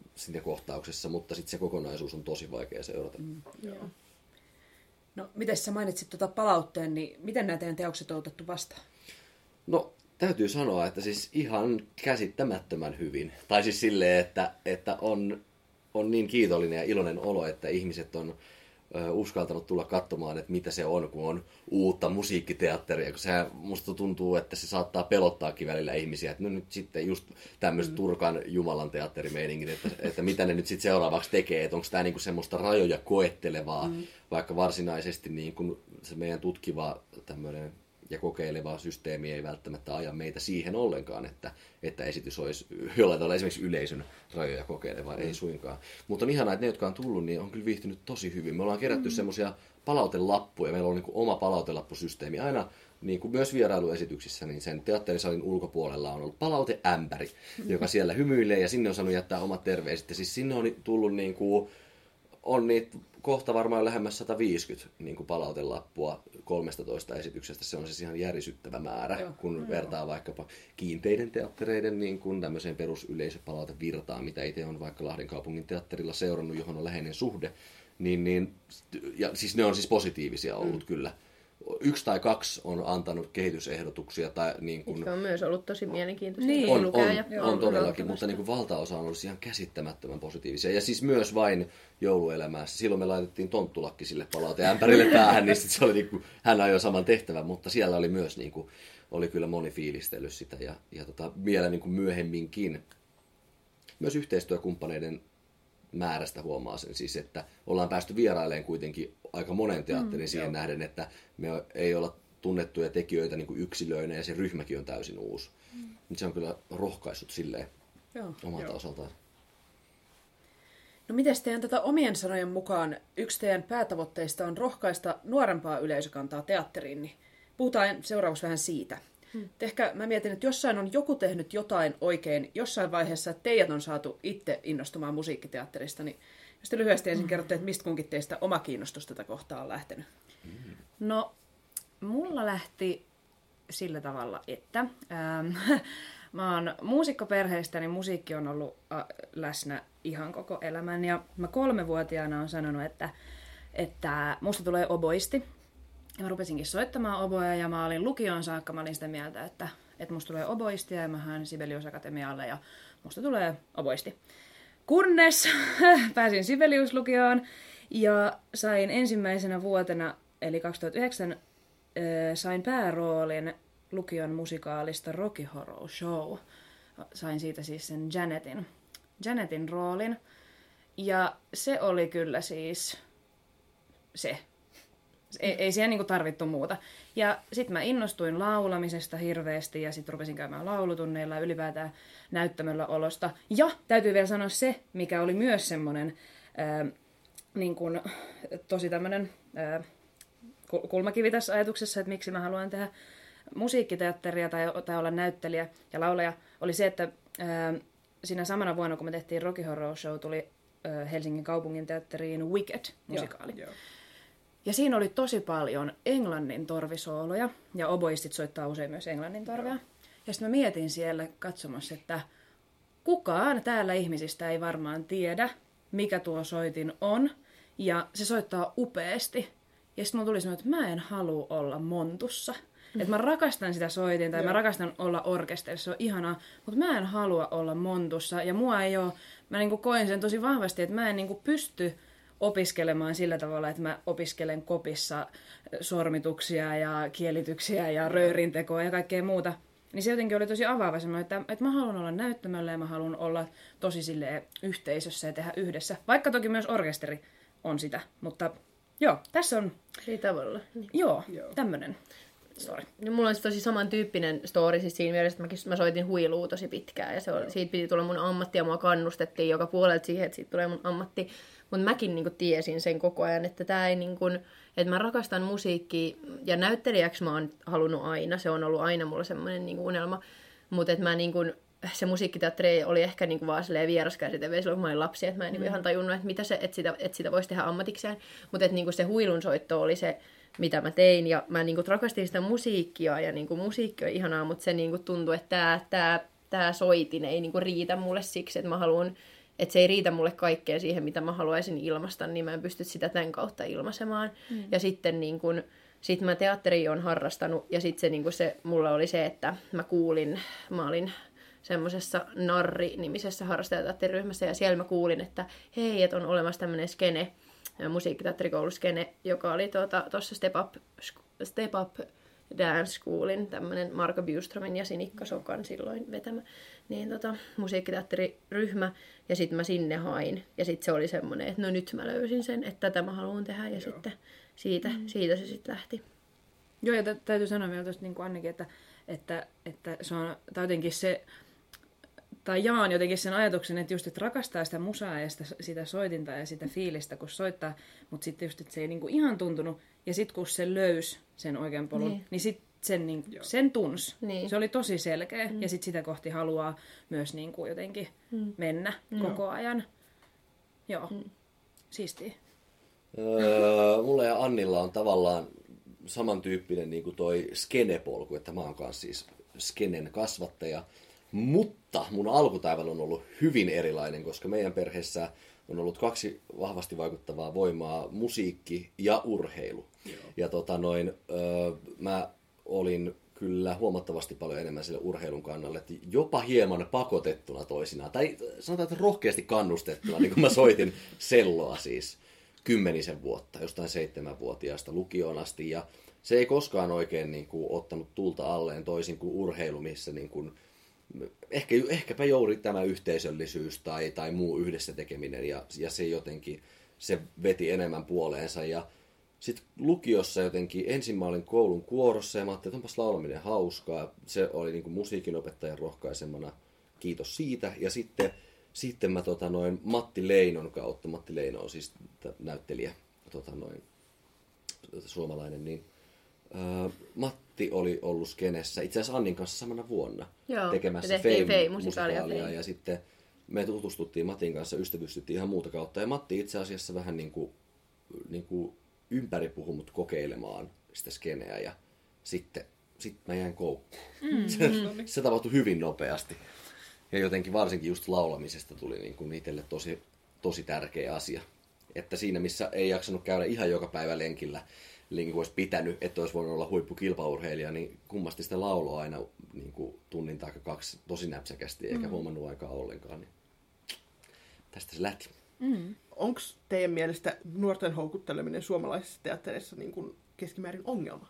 siinä kohtauksessa, mutta sitten se kokonaisuus on tosi vaikea seurata. Mm, joo. No, miten sä mainitsit tuota palautteen, niin miten nämä teidän teokset on otettu vastaan? No, täytyy sanoa, että siis ihan käsittämättömän hyvin. Tai siis silleen, että, että on, on niin kiitollinen ja iloinen olo, että ihmiset on ö, uskaltanut tulla katsomaan, että mitä se on, kun on uutta musiikkiteatteria. Kun se, musta tuntuu, että se saattaa pelottaakin välillä ihmisiä, että no nyt sitten just tämmöiset mm. Turkan Jumalan teatterimeiningit, että, että mitä ne nyt sitten seuraavaksi tekee, että onko tämä niinku semmoista rajoja koettelevaa, mm. vaikka varsinaisesti niin kuin se meidän tutkiva tämmöinen ja kokeileva systeemi ei välttämättä aja meitä siihen ollenkaan, että, että esitys olisi jollain tavalla esimerkiksi yleisön rajoja kokeileva, mm. ei suinkaan. Mutta on ihanaa, että ne, jotka on tullut, niin on kyllä viihtynyt tosi hyvin. Me ollaan kerätty mm. semmoisia palautelappuja, meillä on niin kuin oma palautelappusysteemi. Aina niin kuin myös vierailuesityksissä, niin sen teatterisalin ulkopuolella on ollut palauteämpäri, mm. joka siellä hymyilee ja sinne on saanut jättää omat terveiset. Ja siis sinne on tullut niin kuin, on niitä kohta varmaan lähemmäs sata viisikymmentä niin kuin palautelappua kolmetoista esityksestä. Se on siis ihan järisyttävä määrä, joo, kun joo. vertaa vaikkapa kiinteiden teattereiden niin kuin tämmöiseen perusyleisöpalautevirtaan, mitä itse on vaikka Lahden kaupungin teatterilla seurannut, johon on läheinen suhde. Niin, niin, ja siis ne on siis positiivisia ollut mm. kyllä. Yksi tai kaksi on antanut kehitysehdotuksia. Tai niin kuin, se on myös ollut tosi mielenkiintoista. Niin. On, on, ja on, on todellakin, mutta niin kuin valtaosa on ollut ihan käsittämättömän positiivisia. Ja siis myös vain jouluelämässä. Silloin me laitettiin tonttulakki sille palauteämpärille päähän, niin sit se oli niin kuin, hän ajoi saman tehtävän, mutta siellä oli myös niin kuin, oli kyllä moni fiilistellyt sitä. Ja, ja tota, vielä niin kuin myöhemminkin myös yhteistyökumppaneiden määrästä huomaa sen siis, että ollaan päästy vierailemaan kuitenkin aika monen teatterin mm, siihen joo. nähden, että me ei olla tunnettuja tekijöitä niin kuin yksilöinä ja se ryhmäkin on täysin uusi. Mm. Se on kyllä rohkaissut silleen joo, omalta joo. osaltaan. No miten teidän tätä omien sanojen mukaan yksi teidän päätavoitteista on rohkaista nuorempaa yleisökantaa teatteriin, niin puhutaan seuraavaksi vähän siitä. Hmm. Ehkä mä mietin, että jossain on joku tehnyt jotain oikein jossain vaiheessa, että teidät on saatu itse innostumaan musiikkiteatterista, niin jos te lyhyesti ensin kerrotte, että mistä kunkin teistä oma kiinnostus tätä kohtaa on lähtenyt. No, mulla lähti sillä tavalla, että ähm, mä oon muusikkoperheestä, niin musiikki on ollut äh, läsnä ihan koko elämän. Ja mä kolmevuotiaana oon sanonut, että, että musta tulee oboisti. Ja mä rupesinkin soittamaan oboja ja mä olin lukioon saakka, mä olin sitä mieltä, että, että musta tulee oboistia ja mä haen Sibelius Akatemialle ja musta tulee oboisti. Kunnes pääsin Sibelius-lukioon ja sain ensimmäisenä vuotena, eli kaksituhattayhdeksän, sain pääroolin lukion musikaalista Rocky Horror Show. Sain siitä siis sen Janetin, Janetin roolin ja se oli kyllä siis se. Ei, ei siellä niinku tarvittu muuta. Ja sitten mä innostuin laulamisesta hirveästi ja sitten rupesin käymään laulutunneilla ja ylipäätään näyttämöllä olosta. Ja täytyy vielä sanoa se, mikä oli myös semmoinen niin kun, tosi tämmöinen kulmakivi tässä ajatuksessa, että miksi mä haluan tehdä musiikkiteatteria tai, tai olla näyttelijä ja laulaja, oli se, että ää, siinä samana vuonna, kun me tehtiin Rocky Horror Show, tuli ää, Helsingin kaupungin teatteriin Wicked-musikaali. Joo, joo. Ja siinä oli tosi paljon englannin torvisooloja, ja oboistit soittaa usein myös englannin torvea. Ja sitten mä mietin siellä katsomassa, että kukaan täällä ihmisistä ei varmaan tiedä, mikä tuo soitin on, ja se soittaa upeasti. Ja sitten mulla tuli semmoinen, että mä en halua olla montussa. Mm. Että mä rakastan sitä soitinta ja mä rakastan olla orkesterissa, se on ihanaa, mutta mä en halua olla montussa. Ja mua ei ole, mä niinku koen sen tosi vahvasti, että mä en niinku pysty opiskelemaan sillä tavalla, että mä opiskelen kopissa sormituksia ja kielityksiä ja röörintekoa ja kaikkea muuta. Niin se jotenkin oli tosi avaava semmoinen, että, että mä haluan olla näyttämöllä ja mä haluan olla tosi silleen yhteisössä ja tehdä yhdessä. Vaikka toki myös orkesteri on sitä, mutta joo, tässä on... Eri tavalla. Joo, joo. Tämmönen story. No, mulla on tosi samantyyppinen story siis siinä mielessä, että mä soitin huilua tosi pitkään ja se oli, siitä piti tulla mun ammatti ja mua kannustettiin joka puolelta siihen, että siitä tulee mun ammatti. Mutta mäkin niinku tiesin sen koko ajan, että tää ei niinku, että mä rakastan musiikkia ja näyttelijäksi mä oon halunnut aina, se on ollut aina mulla semmoinen niinku unelma, mutta että mä niinku, se musiikkiteatteri oli ehkä niinku vaan silleen vieraskäsite silloin, kun mä olin lapsi, että mä en mm. niinku ihan tajunnut, että, mitä se, että, sitä, että sitä voisi tehdä ammatikseen, mutta että niinku se huilunsoitto oli se, mitä mä tein, ja mä niinku rakastin sitä musiikkia, ja niinku musiikki on ihanaa, mutta se niinku tuntui, että tää, tää, tää soitin ei niinku riitä mulle siksi, että mä haluan että se ei riitä mulle kaikkeen siihen, mitä mä haluaisin ilmaista, niin mä en pysty sitä tämän kautta ilmaisemaan. Mm. Ja sitten niin kun, sit mä teatteria on harrastanut, ja sitten se, niin kun se, mulla oli se, että mä kuulin, mä olin semmoisessa Narri-nimisessä harrastajateatteriryhmässä, ja siellä mä kuulin, että hei, että on olemassa tämmöinen skene, musiikkiteatterikouluskene, joka oli tuossa tuota, Step Up, Step Up Dance Schoolin, tämmöinen Marko Bjurströmin ja Sinikka Sokan silloin vetämä, niin tota, musiikkiteatteriryhmä, ja sitten mä sinne hain, ja sitten se oli semmoinen, että no nyt mä löysin sen, että tätä mä haluan tehdä, ja Joo. sitten siitä, mm. siitä se sitten lähti. Joo, ja t- täytyy sanoa vielä tuosta niin kuin Annikin, että, että, että se on, tai jotenkin se, tai jaan jotenkin sen ajatuksen, että just, että rakastaa sitä musaa ja sitä, sitä soitinta ja sitä fiilistä, kun soittaa, mutta sitten just, että se ei niinku ihan tuntunut, ja sitten kun se löysi sen oikean polun, niin, niin sitten sen, niin, sen tunsi. Niin. Se oli tosi selkeä, mm. ja sitten sitä kohti haluaa myös niinku jotenkin mm. mennä mm. koko ajan. Joo, mm. siistiä. Öö, mulla ja Annilla on tavallaan samantyyppinen niin kuin toi skenepolku, että mä oon kanssa siis skenen kasvattaja. Mutta mun alkutaival on ollut hyvin erilainen, koska meidän perheessä on ollut kaksi vahvasti vaikuttavaa voimaa, musiikki ja urheilu. Joo. Ja tota noin, öö, mä olin kyllä huomattavasti paljon enemmän sille urheilun kannalle, että jopa hieman pakotettuna toisinaan, tai sanotaan, että rohkeasti kannustettuna, niin kuin mä soitin selloa siis kymmenisen vuotta, jostain seitsemänvuotiaasta lukioon asti, ja se ei koskaan oikein niin kuin, ottanut tulta alleen toisin kuin urheilu, missä niin kuin, Ehkä, ehkäpä juuri tämä yhteisöllisyys tai, tai muu yhdessä tekeminen, ja, ja se jotenkin se veti enemmän puoleensa. Ja sitten lukiossa jotenkin, ensin mä olin koulun kuorossa ja mä ajattelin, että onpas laulaminen hauskaa. Se oli niin kuin musiikinopettajan rohkaisemana, kiitos siitä. Ja sitten, sitten mä tota noin, Matti Leinon kautta, Matti Leino on siis näyttelijä, tota noin, suomalainen, niin Uh, Matti oli ollut skenessä itse asiassa Annin kanssa samana vuonna Joo, tekemässä Fame-musikaalia, ja sitten me tutustuttiin Matin kanssa, ystävystyttiin ihan muuta kautta, ja Matti itse asiassa vähän niin kuin, niin kuin ympäri puhui mut kokeilemaan sitä skeneä, ja sitten sit mä jäin koukkuun. Mm, se, mm. se tapahtui hyvin nopeasti, ja jotenkin varsinkin just laulamisesta tuli niin kuin itselle tosi, tosi tärkeä asia, että siinä missä ei jaksanut käydä ihan joka päivä lenkillä, niin olisi pitänyt, että olisi voinut olla huippukilpaurheilija, niin kummasti sitä lauloa aina niin kuin tunnin tai kaksi tosi näpsäkästi, eikä mm. huomannut aikaa ollenkaan. Niin tästä se lähti. Mm. Onko teidän mielestä nuorten houkutteleminen suomalaisessa teatterissa niin kuin keskimäärin ongelma?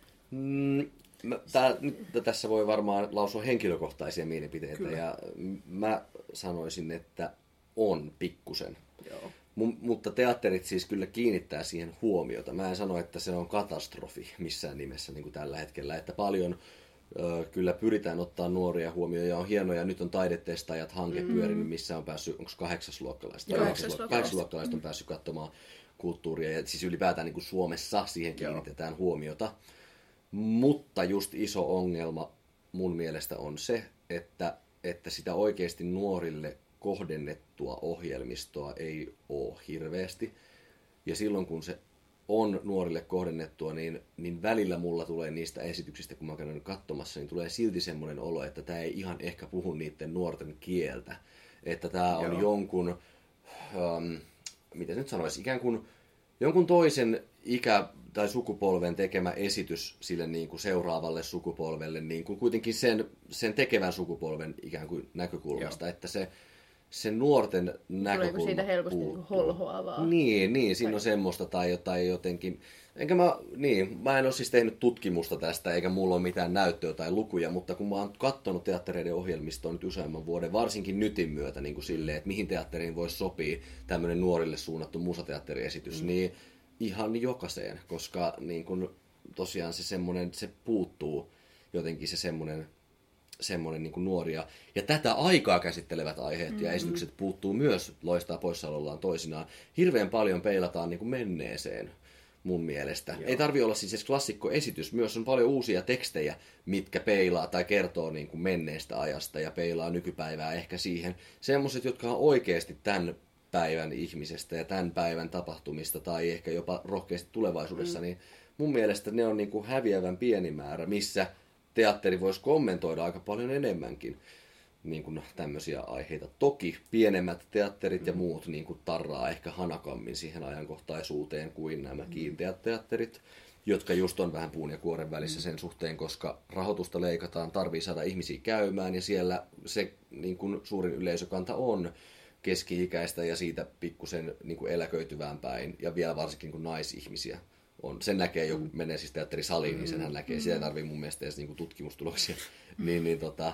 Mm, mä, tää, nyt tässä voi varmaan lausua henkilökohtaisia mielipiteitä, Kyllä. ja mä sanoisin, että on pikkusen. Joo. M- mutta teatterit siis kyllä kiinnittää siihen huomiota. Mä en sano, että se on katastrofi missään nimessä niin kuin tällä hetkellä. Että paljon ö, kyllä pyritään ottaa nuoria huomioon ja on hienoja. Nyt on taidetestaajat-hanke mm-hmm. pyörinyt, missä on päässyt, onko kahdeksasluokkalaista? Kahdeksasluokkalaiset on päässyt katsomaan kulttuuria. Ja siis ylipäätään niin kuin Suomessa siihen kiinnitetään Joo. huomiota. Mutta just iso ongelma mun mielestä on se, että, että sitä oikeasti nuorille kohdennettua ohjelmistoa ei ole hirveästi. Ja silloin kun se on nuorille kohdennettua, niin, niin välillä mulla tulee niistä esityksistä, kun mä käyn katsomassa, niin tulee silti semmoinen olo, että tämä ei ihan ehkä puhu niiden nuorten kieltä. Että tämä on Joo. jonkun, um, miten nyt sanoisi, ikään kuin jonkun toisen ikä- tai sukupolven tekemä esitys sille niin kuin seuraavalle sukupolvelle, niin kuin kuitenkin sen, sen tekevän sukupolven ikään kuin näkökulmasta, Joo. että se se nuorten näkökulma Tuleeko siitä helposti niin holhoavaa? Niin, niin, siinä on semmoista tai jotain jotenkin. Enkä mä, niin, mä en ole siis tehnyt tutkimusta tästä, eikä mulla ole mitään näyttöä tai lukuja, mutta kun mä oon katsonut teattereiden ohjelmistoa nyt useamman vuoden, varsinkin Nytin myötä niin kuin silleen, että mihin teatteriin voisi sopia tämmöinen nuorille suunnattu musateatteriesitys, mm. niin ihan jokaiseen, koska niin kuin, tosiaan se semmoinen, se puuttuu jotenkin se semmoinen semmoinen niin kuin nuoria. Ja tätä aikaa käsittelevät aiheet mm-hmm. ja esitykset puuttuu myös loistaa poissaolollaan toisinaan. Hirveän paljon peilataan niin kuin menneeseen mun mielestä. Joo. Ei tarvitse olla siis edes klassikkoesitys. Myös on paljon uusia tekstejä, mitkä peilaa tai kertoo niin kuin menneestä ajasta ja peilaa nykypäivää ehkä siihen. Semmoiset, jotka on oikeasti tämän päivän ihmisestä ja tämän päivän tapahtumista tai ehkä jopa rohkeasti tulevaisuudessa, mm. niin mun mielestä ne on niin kuin häviävän pieni määrä, missä teatteri voisi kommentoida aika paljon enemmänkin. niin kuin tämmöisiä aiheita. Toki pienemmät teatterit ja muut niin kuin tarraa ehkä hanakammin siihen ajankohtaisuuteen kuin nämä kiinteät teatterit, jotka just on vähän puun ja kuoren välissä sen suhteen, koska rahoitusta leikataan, tarvii saada ihmisiä käymään ja siellä se niin kuin suurin yleisökanta on keski-ikäistä ja siitä pikkusen niin kuin eläköityvään päin ja vielä varsinkin kun naisihmisiä on. Sen näkee, joku menee siis teatterisaliin, niin senhän näkee. Sitä ei tarvitse mun mielestä edes niin kuin tutkimustuloksia. niin, niin, tota,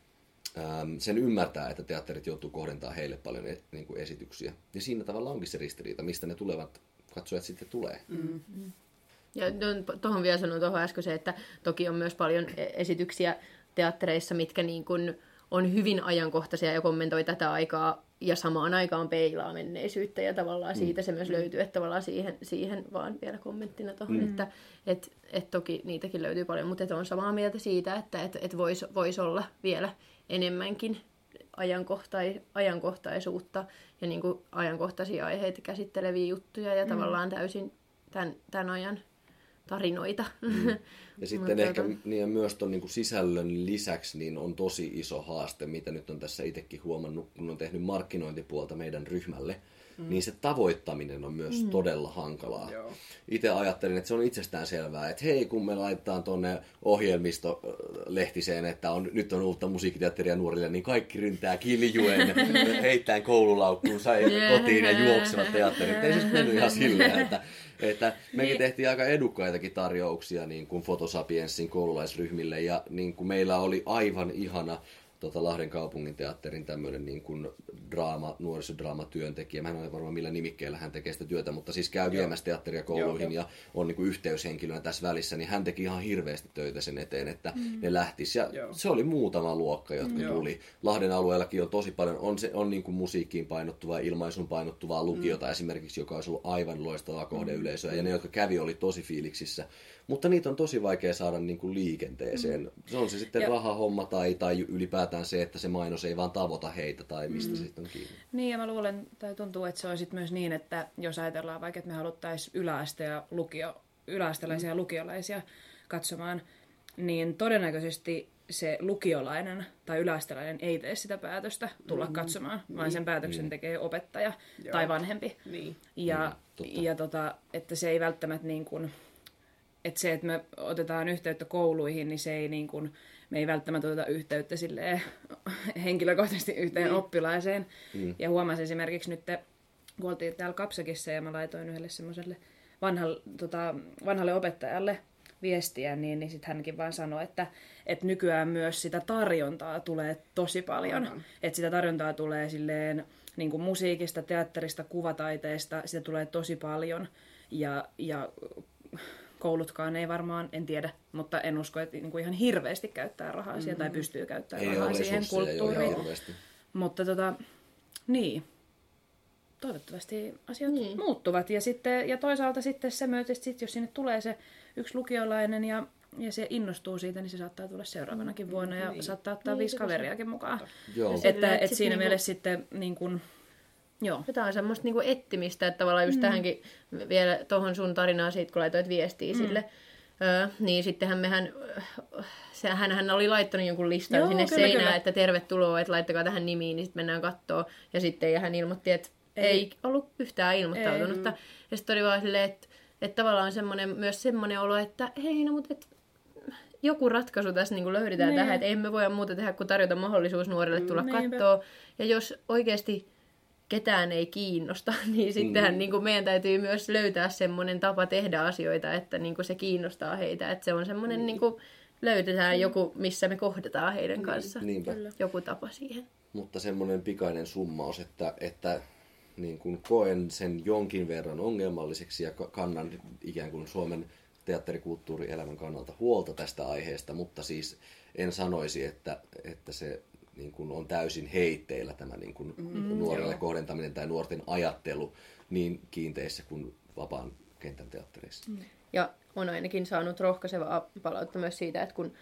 äm, sen ymmärtää, että teatterit joutuu kohdentamaan heille paljon et, niin kuin esityksiä. Ja siinä tavalla onkin se ristiriita, mistä ne tulevat katsojat sitten tulee. Mm-hmm. Ja tuohon vielä sanon tuohon äsken se, että toki on myös paljon esityksiä teattereissa, mitkä niin kuin on hyvin ajankohtaisia ja kommentoi tätä aikaa ja samaan aikaan peilaa menneisyyttä ja tavallaan siitä se myös löytyy, että tavallaan siihen, siihen vaan vielä kommenttina tuohon, mm. että et, et toki niitäkin löytyy paljon, mutta on samaa mieltä siitä, että et, et voisi vois olla vielä enemmänkin ajankohtai, ajankohtaisuutta ja niin kuin ajankohtaisia aiheita käsitteleviä juttuja ja mm. tavallaan täysin tämän, tämän ajan tarinoita. Mm. Ja sitten ehkä niin ja myös tuon niin sisällön lisäksi niin on tosi iso haaste, mitä nyt on tässä itsekin huomannut, kun on tehnyt markkinointipuolta meidän ryhmälle, mm. niin se tavoittaminen on myös mm. todella hankalaa. Joo. Itse ajattelin, että se on itsestään selvää, että hei, kun me laitetaan tuonne ohjelmistolehtiseen, että on, nyt on uutta musiikkiteatteria nuorille, niin kaikki ryntää kiljuen, heittäen koululaukkuun, sai kotiin ja juoksevat teatteriin. Ei se mennyt ihan silleen, että Että mekin tehtiin aika edukkaitakin tarjouksia niin kuin Fotosapienssin koululaisryhmille ja niin kuin meillä oli aivan ihana tota, Lahden kaupunginteatterin tämmöinen niin kuin draama, nuorisodraamatyöntekijä. Mä en ole varmaan millä nimikkeellä hän tekee sitä työtä, mutta siis käy viemässä teatteria kouluihin joo, ja on niin kuin yhteyshenkilönä tässä välissä, niin hän teki ihan hirveästi töitä sen eteen, että mm. ne lähtis. Ja joo. se oli muutama luokka, jotka mm. tuli. Lahden alueellakin on tosi paljon, on, se, on niin kuin musiikkiin painottuvaa, ilmaisuun painottuvaa lukiota mm. esimerkiksi, joka olisi ollut aivan loistavaa kohdeyleisöä, mm. ja ne, jotka kävi, oli tosi fiiliksissä. Mutta niitä on tosi vaikea saada niin kuin liikenteeseen. Mm. Se on se sitten ja rahahomma tai, tai ylipäätään se, että se mainos ei vaan tavoita heitä tai mistä mm. se sitten on kiinni. Niin ja mä luulen, tai tuntuu, että se on sitten myös niin, että jos ajatellaan vaikka, että me haluttaisiin yläaste- ja lukio, yläastelaisia mm. lukiolaisia katsomaan, niin todennäköisesti se lukiolainen tai yläastelainen ei tee sitä päätöstä tulla mm. katsomaan, niin. vaan sen päätöksen niin. tekee opettaja Joo. tai vanhempi. Niin. Ja, niin, ja tota, että se ei välttämättä niin kuin että se, että me otetaan yhteyttä kouluihin, niin se ei niin kuin, me ei välttämättä oteta yhteyttä silleen henkilökohtaisesti yhteen mm. oppilaiseen. Mm. Ja huomasin esimerkiksi nyt, kun oltiin täällä Kapsakissa ja mä laitoin yhdelle semmoiselle vanhalle, tota, vanhalle opettajalle viestiä, niin, niin sitten hänkin vaan sanoi, että, että nykyään myös sitä tarjontaa tulee tosi paljon. Mm. Että sitä tarjontaa tulee silleen niin kuin musiikista, teatterista, kuvataiteesta, sitä tulee tosi paljon. Ja, ja koulutkaan ei varmaan, en tiedä, mutta en usko, että niinku ihan hirveästi käyttää rahaa siihen mm-hmm. tai pystyy käyttämään ei rahaa siihen kulttuuriin. Mutta tota, niin, toivottavasti asiat niin. muuttuvat. Ja, sitten, ja toisaalta sitten se myös, että sit, jos sinne tulee se yksi lukiolainen ja, ja se innostuu siitä, niin se saattaa tulla seuraavanakin vuonna ja niin. saattaa ottaa niin, viisi kaveriakin mukaan. Että, että, että siinä niinku mielessä sitten niin kuin, joo. Tämä on semmoista niinku ettimistä, että tavallaan just mm. tähänkin vielä tuohon sun tarinaan siitä, kun laitoit viestiä mm. sille, öö, niin sittenhän mehän, se, hänhän oli laittanut jonkun listan Joo, sinne kyllä, seinään, kyllä. että tervetuloa, että laittakaa tähän nimiin, niin sitten mennään kattoo. Ja sitten ja hän ilmoitti, että ei, ei ollut yhtään ilmoittautunutta. Ei. Ja sitten oli vaan silleen, että, että tavallaan semmoinen, myös semmoinen olo, että hei, no mutta et, joku ratkaisu tässä niin kuin löydetään niin. tähän, että emme voi muuta tehdä kuin tarjota mahdollisuus nuorelle tulla mm, kattoo. Ja jos oikeasti ketään ei kiinnosta, niin sittenhän mm. niin kuin meidän täytyy myös löytää semmoinen tapa tehdä asioita, että niin kuin se kiinnostaa heitä. Että se on semmoinen, mm. niin kuin löydetään joku, missä me kohdataan heidän kanssaan. Niinpä. Joku tapa siihen. Mutta semmoinen pikainen summaus, että, että niin kuin koen sen jonkin verran ongelmalliseksi ja kannan ikään kuin Suomen teatterikulttuurielämän kannalta huolta tästä aiheesta, mutta siis en sanoisi, että, että se niin kuin on täysin heitteillä tämä niin kuin mm, nuorelle joo. kohdentaminen tai nuorten ajattelu niin kiinteissä kuin vapaan kentän teattereissa. Mm. Ja on ainakin saanut rohkaisevaa palautta myös siitä, että kun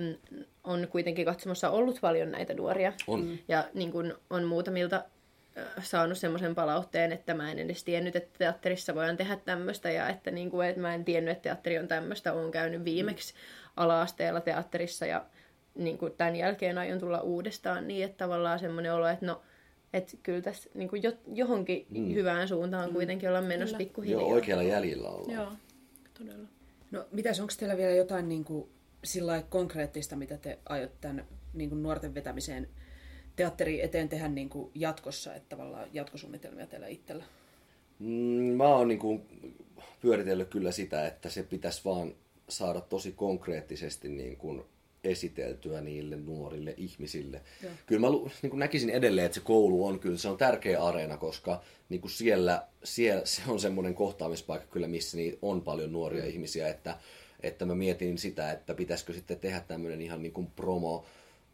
on kuitenkin katsomassa ollut paljon näitä nuoria on. ja niin kuin on muutamilta saanut semmoisen palautteen, että mä en edes tiennyt, että teatterissa voidaan tehdä tämmöistä ja että, niin kuin, että mä en tiennyt, että teatteri on tämmöistä. Olen käynyt viimeksi ala-asteella teatterissa ja niin kuin tämän jälkeen aion tulla uudestaan niin, että tavallaan semmoinen olo, että no, että kyllä tässä niin kuin jo, johonkin mm. hyvään suuntaan mm. kuitenkin ollaan menossa pikkuhiljaa. Joo, oikealla jäljellä ollaan. Joo, todella. No mitäs, onko teillä vielä jotain niin kuin, sillä konkreettista, mitä te aiotte tämän niin kuin nuorten vetämiseen teatterin eteen tehdä niin kuin jatkossa, että tavallaan jatkosuunnitelmia teillä itsellä? Mm, mä oon niin kuin pyöritellyt kyllä sitä, että se pitäisi vaan saada tosi konkreettisesti niin kuin esiteltyä niille nuorille ihmisille. Ja. Kyllä mä niin kuin näkisin edelleen, että se koulu on kyllä se on tärkeä areena, koska niin kuin siellä, siellä se on semmoinen kohtaamispaikka kyllä, missä niin on paljon nuoria mm. ihmisiä, että, että mä mietin sitä, että pitäisikö sitten tehdä tämmöinen ihan niin kuin promo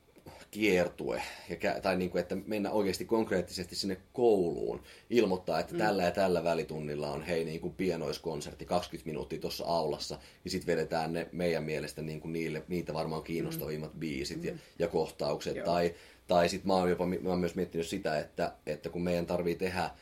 kiertue, ja, tai niin kuin, että mennä oikeasti konkreettisesti sinne kouluun, ilmoittaa, että mm. tällä ja tällä välitunnilla on hei niin kuin pienoiskonsertti, kaksikymmentä minuuttia tuossa aulassa, ja sitten vedetään ne meidän mielestä niin kuin niille, niitä varmaan kiinnostavimmat mm. biisit mm. ja, ja kohtaukset, Joo. tai, tai sitten mä oon jopa mä oon myös miettinyt sitä, että, että kun meidän tarvii tehdä ö,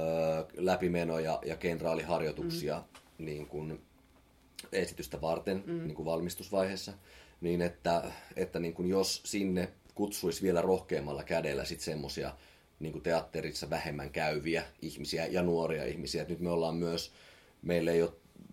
läpimenoja ja kenraaliharjoituksia mm. niin kuin esitystä varten mm. niin kuin valmistusvaiheessa, niin että, että niin kuin jos sinne kutsuisi vielä rohkeammalla kädellä sitten semmoisia niin teatterissa vähemmän käyviä ihmisiä ja nuoria ihmisiä. Et nyt me ollaan myös, meillä ei ole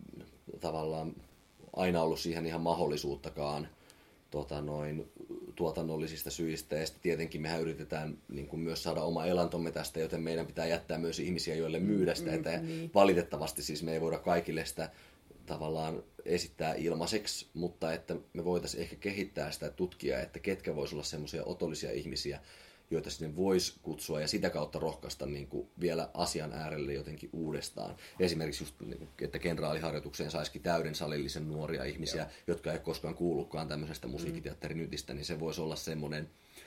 tavallaan aina ollut siihen ihan mahdollisuuttakaan tota noin, tuotannollisista syistä. Ja sitten tietenkin mehän yritetään niin kuin myös saada oma elantomme tästä, joten meidän pitää jättää myös ihmisiä, joille myydä sitä. Mm, mm, niin. Valitettavasti siis me ei voida kaikille sitä tavallaan esittää ilmaiseksi, mutta että me voitaisiin ehkä kehittää sitä tutkia, että ketkä voisi olla semmoisia otollisia ihmisiä, joita sinne voisi kutsua ja sitä kautta rohkaista niin kuin vielä asian äärelle jotenkin uudestaan. Esimerkiksi just, että kenraaliharjoitukseen saisikin täyden salillisen nuoria ihmisiä, Joo. jotka ei koskaan kuullutkaan tämmöisestä musiikkiteatterinytistä, niin se voisi olla semmoinen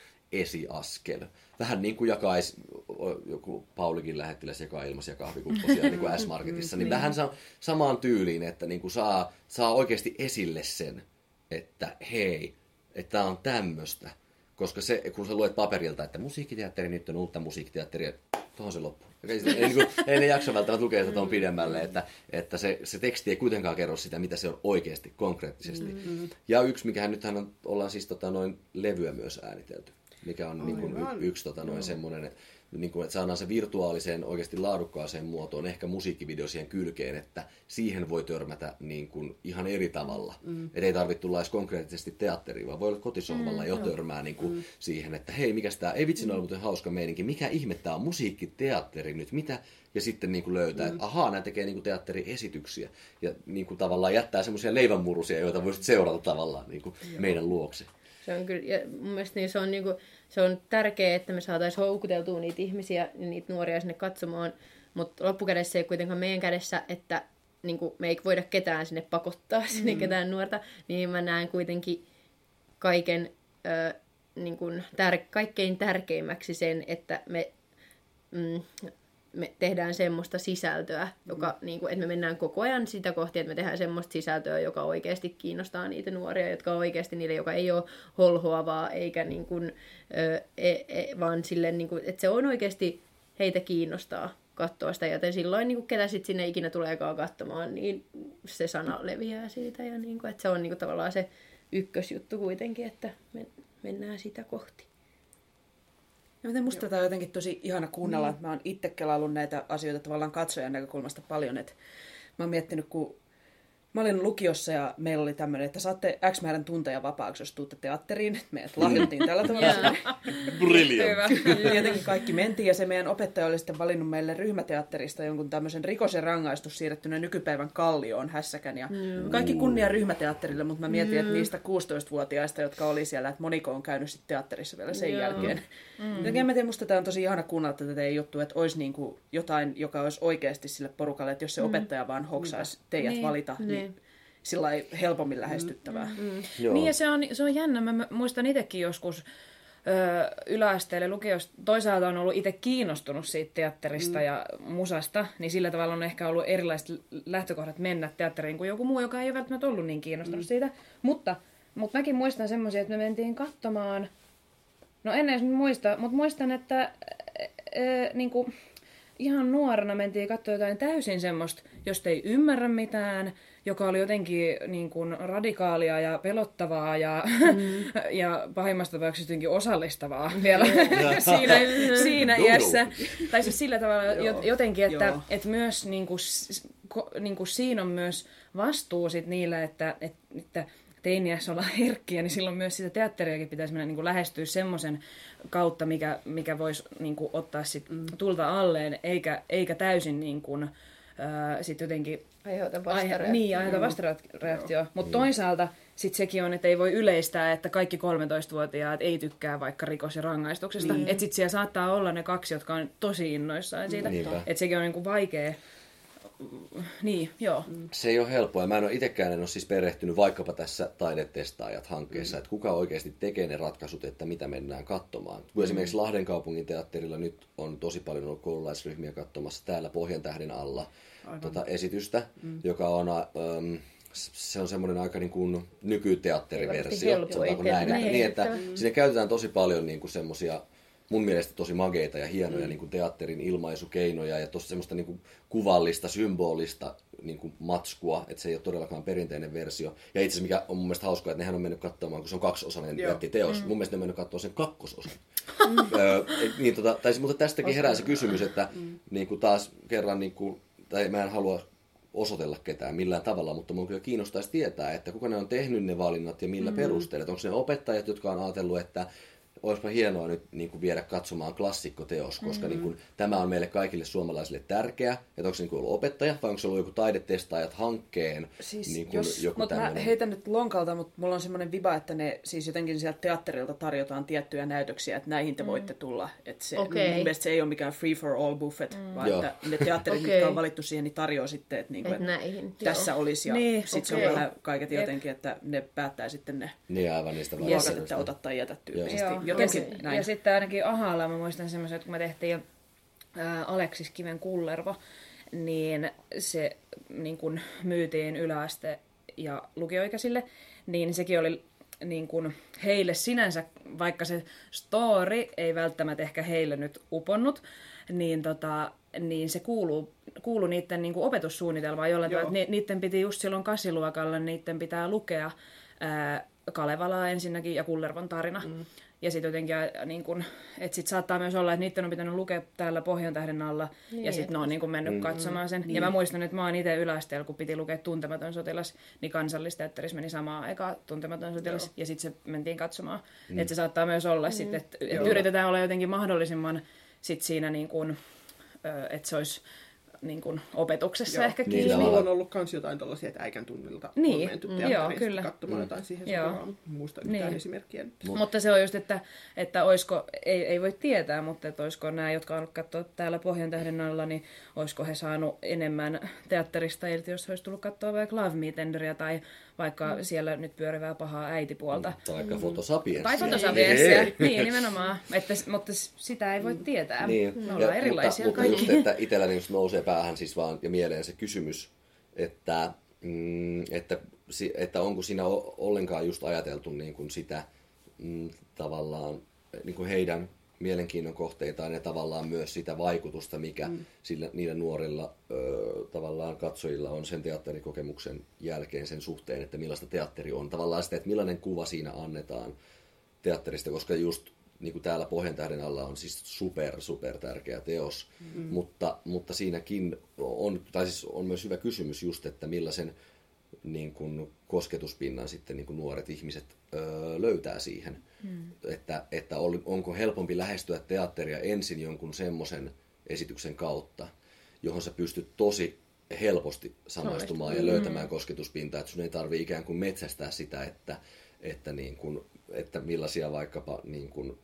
esiaskel. Vähän niin kuin jakaisi, joku Paulikin lähettiläs jakaa ilmaisia kahvikupposia niin kuin S-Marketissa, niin vähän samaan tyyliin, että niin kuin saa, saa oikeasti esille sen, että hei, että tämä on tämmöistä. Koska se, kun sä luet paperilta, että musiikkiteatteri, nyt on uutta musiikkiteatteria, tuohon se loppuu. Ei, niin kuin, ei ne jaksa välttämättä lukea sitä tuon pidemmälle, että, että se, se teksti ei kuitenkaan kerro sitä, mitä se on oikeasti, konkreettisesti. Mm-hmm. Ja yksi, mikähän nythän on, ollaan siis tota, noin levyä myös äänitelty, mikä on niin kuin, y, yksi tota, noin semmoinen, niin kuin, että saadaan se virtuaaliseen, oikeasti laadukkaaseen muotoon, ehkä musiikkivideo siihen kylkeen, että siihen voi törmätä niin kuin, ihan eri tavalla. Mm. Että ei tarvitse tulla edes konkreettisesti teatteriin, vaan voi olla kotisohvalla mm, jo törmää niin kuin, mm. siihen, että hei, mikäs tää, ei vitsi, mm. ollut hauska meininki, mikä ihme tää on musiikkiteatteri nyt, mitä? Ja sitten niin kuin löytää, mm. että ahaa, nämä tekee niin kuin teatteriesityksiä. Ja niin kuin, tavallaan jättää semmoisia leivänmurusia, joita voisit seurata tavallaan niin kuin, meidän luokse. Se on kyllä, ja mun mielestä niin se on niinku, se on tärkeää, että me saataisiin houkuteltua niitä ihmisiä, niitä nuoria sinne katsomaan, mutta loppukädessä ei kuitenkaan meidän kädessä, että niinku, me ei voida ketään sinne pakottaa, sinne mm. ketään nuorta, niin mä näen kuitenkin kaiken, ö, niinku, tär, kaikkein tärkeimmäksi sen, että me, mm, me tehdään semmoista sisältöä, joka, mm. niinku, että me mennään koko ajan sitä kohti, että me tehdään semmoista sisältöä, joka oikeasti kiinnostaa niitä nuoria, jotka oikeasti niille, joka ei ole holhoavaa, eikä niinku, ö, e, e, vaan silleen, niinku, että se on oikeasti heitä kiinnostaa katsoa sitä, joten silloin niinku, ketä sitten sinne ikinä tuleekaan katsomaan, niin se sana leviää siitä, ja niinku, että se on niinku, tavallaan se ykkösjuttu kuitenkin, että me mennään sitä kohti. No, musta tätä on jotenkin tosi ihana kuunnella, mm. että mä oon itse kelaillut näitä asioita tavallaan katsojan näkökulmasta paljon, että mä oon miettinyt, kun mä olin lukiossa ja meillä oli tämmöinen, että saatte X määrän tunteja vapaaksi, jos tuutte teatteriin. Meidät lahjottiin tällä tavalla. Brilliant. Jotenkin kaikki mentiin ja se meidän opettaja oli sitten valinnut meille ryhmäteatterista jonkun tämmöisen rikos ja rangaistus siirrettynä nykypäivän Kallioon hässäkän. Ja mm. kaikki kunnia ryhmäteatterille, mutta mä mietin, mm. että niistä kuusitoistavuotiaista, jotka oli siellä, että moniko on käynyt sitten teatterissa vielä sen Joo. jälkeen. Mm. Jotenkin mä tiedän, musta tää on tosi ihana kuunnella tätä teidän juttua, että olisi niin kuin jotain, joka olisi oikeasti sille porukalle, että jos se mm. opettaja vaan hoksaisi teidät niin. valita, niin, niin sillä helpommin lähestyttävää. Mm, mm. Niin ja se on, se on jännä. Mä muistan itsekin joskus ö, yläasteelle lukiosta. Toisaalta on ollut itse kiinnostunut siitä teatterista mm. ja musasta, niin sillä tavalla on ehkä ollut erilaiset lähtökohdat mennä teatteriin kuin joku muu, joka ei ole välttämättä ollut niin kiinnostunut mm. siitä. Mutta, mutta mäkin muistan semmoisia, että me mentiin katsomaan, no en edes muista, mutta muistan, että ä, ä, niinku, ihan nuorena mentiin katsoa jotain täysin semmoista, josta ei ymmärrä mitään, joka oli jotenkin niin kuin radikaalia ja pelottavaa ja, mm. ja pahimmassa tapauksessa jotenkin osallistavaa vielä siinä, siinä iässä. Tai siis sillä tavalla jotenkin, että, että myös niin kuin, niin kuin siinä on myös vastuu sit niillä, että, että teiniässä ollaan herkkiä, niin silloin myös sitä teatteriakin pitäisi mennä niin kuin lähestyä semmoisen kautta, mikä, mikä voisi niin kuin ottaa sit tulta alleen, eikä, eikä täysin niin kuin, ää, sit jotenkin aiheuta vastareaktio. Niin, aiheuta vastareaktio. Mutta toisaalta sit sekin on, että ei voi yleistää, että kaikki kolmetoistavuotiaat ei tykkää vaikka rikos- ja rangaistuksesta. Niin. Että sitten siellä saattaa olla ne kaksi, jotka on tosi innoissaan siitä. Että sekin on niinku vaikea. Niin, joo. Se ei ole helppoa. Mä en ole itsekään en ole siis perehtynyt vaikkapa tässä Taidetestaajat-hankkeessa, mm. että kuka oikeasti tekee ne ratkaisut, että mitä mennään katsomaan. Kun mm. esimerkiksi Lahden kaupungin teatterilla nyt on tosi paljon ollut koululaisryhmiä katsomassa täällä Pohjantähden alla tota esitystä, mm. joka on... Um, se on semmoinen aika niin kuin nykyteatteriversio. Sanotaanko näin, että, niin, että mm. siinä käytetään tosi paljon niin kuin semmoisia mun mielestä tosi mageita ja hienoja mm. niin kuin teatterin ilmaisukeinoja ja tosi semmoista niin kuin kuvallista, symbolista niin kuin matskua, että se ei ole todellakaan perinteinen versio. Ja itse asiassa mikä on mun mielestä hauskaa, että nehän on mennyt katsomaan, kun se on kaksiosainen jättiteos. Mm. Mun mielestä ne on mennyt katsomaan sen kakkososan. Mm. öö, niin, tota, tai, mutta tästäkin herää se kysymys, että mm. niin kuin taas kerran, niin kuin, tai mä en halua osoitella ketään millään tavalla, mutta mun kyllä kiinnostaisi tietää, että kuka ne on tehnyt ne valinnat ja millä mm. perusteella. Onko ne opettajat, jotka on ajatellut, että olisipa hienoa nyt niin kuin viedä katsomaan klassikkoteos, koska mm-hmm. niin kuin, tämä on meille kaikille suomalaisille tärkeä. Että onko se niin kuin ollut opettaja vai onko se ollut joku Taidetestaajat hankkeen? Siis niin jos, joku mutta tämmöinen... mä heitän nyt lonkalta, mutta mulla on semmoinen viba, että ne siis jotenkin sieltä teatterilta tarjotaan tiettyjä näytöksiä, että näihin te voitte tulla. Että se, okay. Mun mielestä se ei ole mikään free for all buffet, mm. vaan Joo. että ne teatterit, okay. mitkä on valittu siihen, niin tarjoaa sitten, että, niin kuin, Et näihin. tässä Joo. olisi. Ja niin, sitten okay. se on vähän kaiket jotenkin, että ne päättää sitten ne niin, aivan niistä luokat, että ota tai jätä tyyppisesti. Jotenkin näin. Sitten ainakin Ahalla mä muistan semmoisen, että kun me tehtiin ää, Aleksis Kiven Kullervo, niin se niin kun myytiin yläaste- ja lukioikäisille, niin sekin oli niin kun heille sinänsä, vaikka se story ei välttämättä ehkä heille nyt uponnut, niin, tota, niin se kuuluu, kuuluu niiden niin kun opetussuunnitelmaan jollain tavalla, että niiden piti just silloin kasiluokalla, niiden pitää lukea ää, Kalevalaa ensinnäkin ja Kullervon tarina. Mm. Ja sitten jotenkin, niin kun, että sit saattaa myös olla, että niiden on pitänyt lukea täällä Pohjantähden alla, niin, ja sitten ne on niin kun mennyt mm, katsomaan sen. Niin. Ja mä muistan, että mä oon itse yläasteella, kun piti lukea Tuntematon sotilas, niin Kansallisteatterissa meni samaan aikaan Tuntematon sotilas, Joo. ja sitten se mentiin katsomaan. Mm. Että se saattaa myös olla, mm. sit, että et yritetään olla jotenkin mahdollisimman sit siinä, niin kun, että se olisi... Niin kuin opetuksessa joo. ehkä kiinni. Niin, mulla on ollut kans jotain tollaisia, että äikän tunnilta niin. on menty teatteriin katsomaan mm. jotain siihen sopivaa. Muista yhtään niin. esimerkkiä. Mut. Mutta se on just, että, että oisko, ei, ei voi tietää, mutta että olisiko nämä, jotka on katsoa täällä Pohjantähden alla, niin olisiko he saanut enemmän teatterista irti, jos olisi tullut katsoa vaikka Love Me Tenderia tai vaikka mm. siellä nyt pyörivää pahaa äitipuolta. Mm. Tai vaikka Fotosapienssia. Tai Fotosapienssia, niin nimenomaan. Että, mutta sitä ei voi tietää. Niin. Me ollaan ja, erilaisia mutta, kaikki. Mutta just, että itselläni just nousee päähän siis vaan ja mieleen se kysymys, että, mm, että, että onko siinä ollenkaan just ajateltu niin kuin sitä mm, tavallaan niin kuin heidän mielenkiinnon kohteitaan ja tavallaan myös sitä vaikutusta, mikä mm. sillä, niillä nuorilla ö, tavallaan katsojilla on sen teatterikokemuksen jälkeen sen suhteen, että millaista teatteri on. Tavallaan sitä, että millainen kuva siinä annetaan teatterista, koska just niin kuin täällä Pohjantähden alla on siis super, super tärkeä teos, mm. mutta, mutta siinäkin on, tai siis on myös hyvä kysymys just, että millaisen niin kuin kosketuspinnan sitten niin kuin nuoret ihmiset öö, löytää siihen. Mm. Että, että onko helpompi lähestyä teatteria ensin jonkun semmoisen esityksen kautta, johon sä pystyt tosi helposti samaistumaan ja löytämään mm. kosketuspintaa, että sun ei tarvitse ikään kuin metsästää sitä, että, että, niin kuin, että millaisia vaikkapa niin kuin,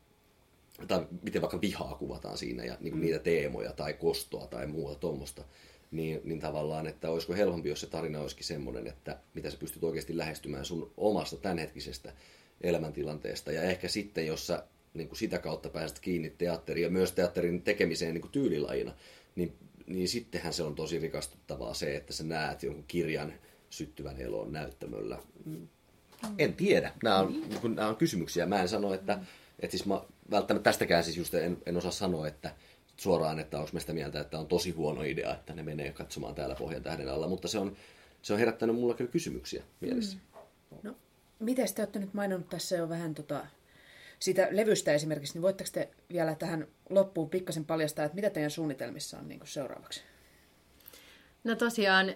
tai miten vaikka vihaa kuvataan siinä ja niin kuin mm. niitä teemoja tai kostoa tai muuta tuommoista. Niin, niin tavallaan, että olisiko helpompi, jos se tarina olisikin semmoinen, että mitä sä pystyt oikeasti lähestymään sun omasta tämänhetkisestä elämäntilanteesta. Ja ehkä sitten, jos sä niin kuin sitä kautta pääset kiinni teatteriin ja myös teatterin tekemiseen niin kuin tyylilajina, niin, niin sittenhän se on tosi rikastuttavaa se, että sä näet jonkun kirjan syttyvän eloon näyttämöllä. Mm. En tiedä. Nämä on, mm. nämä on kysymyksiä. Mä en sano, että, mm. että siis mä välttämättä tästäkään siis just en, en osaa sanoa, että suoraan, että onko mä sitä mieltä, että on tosi huono idea, että ne menee katsomaan täällä Pohjantähden alla, mutta se on se on herättänyt mulla kyllä kysymyksiä mielessä. Mm. No, miten te olette nyt maininnut tässä jo vähän tota, siitä levystä esimerkiksi, niin voitteko te vielä tähän loppuun pikkasen paljastaa, että mitä teidän suunnitelmissa on niin kuin seuraavaksi? No tosiaan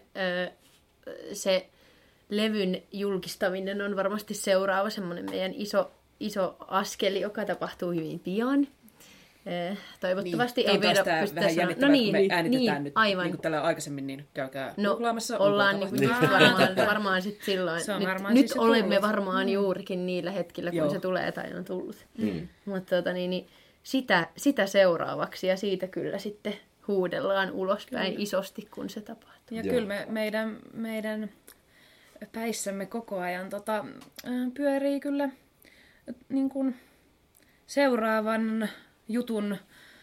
se levyn julkistaminen on varmasti seuraava semmoinen meidän iso, iso askel, joka tapahtuu hyvin pian. Toivottavasti niin, ei vielä pystytä vähän jännittävää, no niin, kun me äänitetään niin, nyt aivan. Niin kuin tällä aikaisemmin, niin käykää no, googlaamassa. ollaan niin kuin varmaan, varmaan sitten silloin. Nyt, varmaan nyt siis olemme tullut. varmaan juurikin niillä hetkillä, kun Joo. se tulee tai on tullut. Mm. Mutta tota, niin, niin, sitä, sitä seuraavaksi ja siitä kyllä sitten huudellaan ulospäin kyllä. isosti, kun se tapahtuu. Ja Joo. kyllä me, meidän, meidän päissämme koko ajan tota, pyörii kyllä niin kuin seuraavan jutun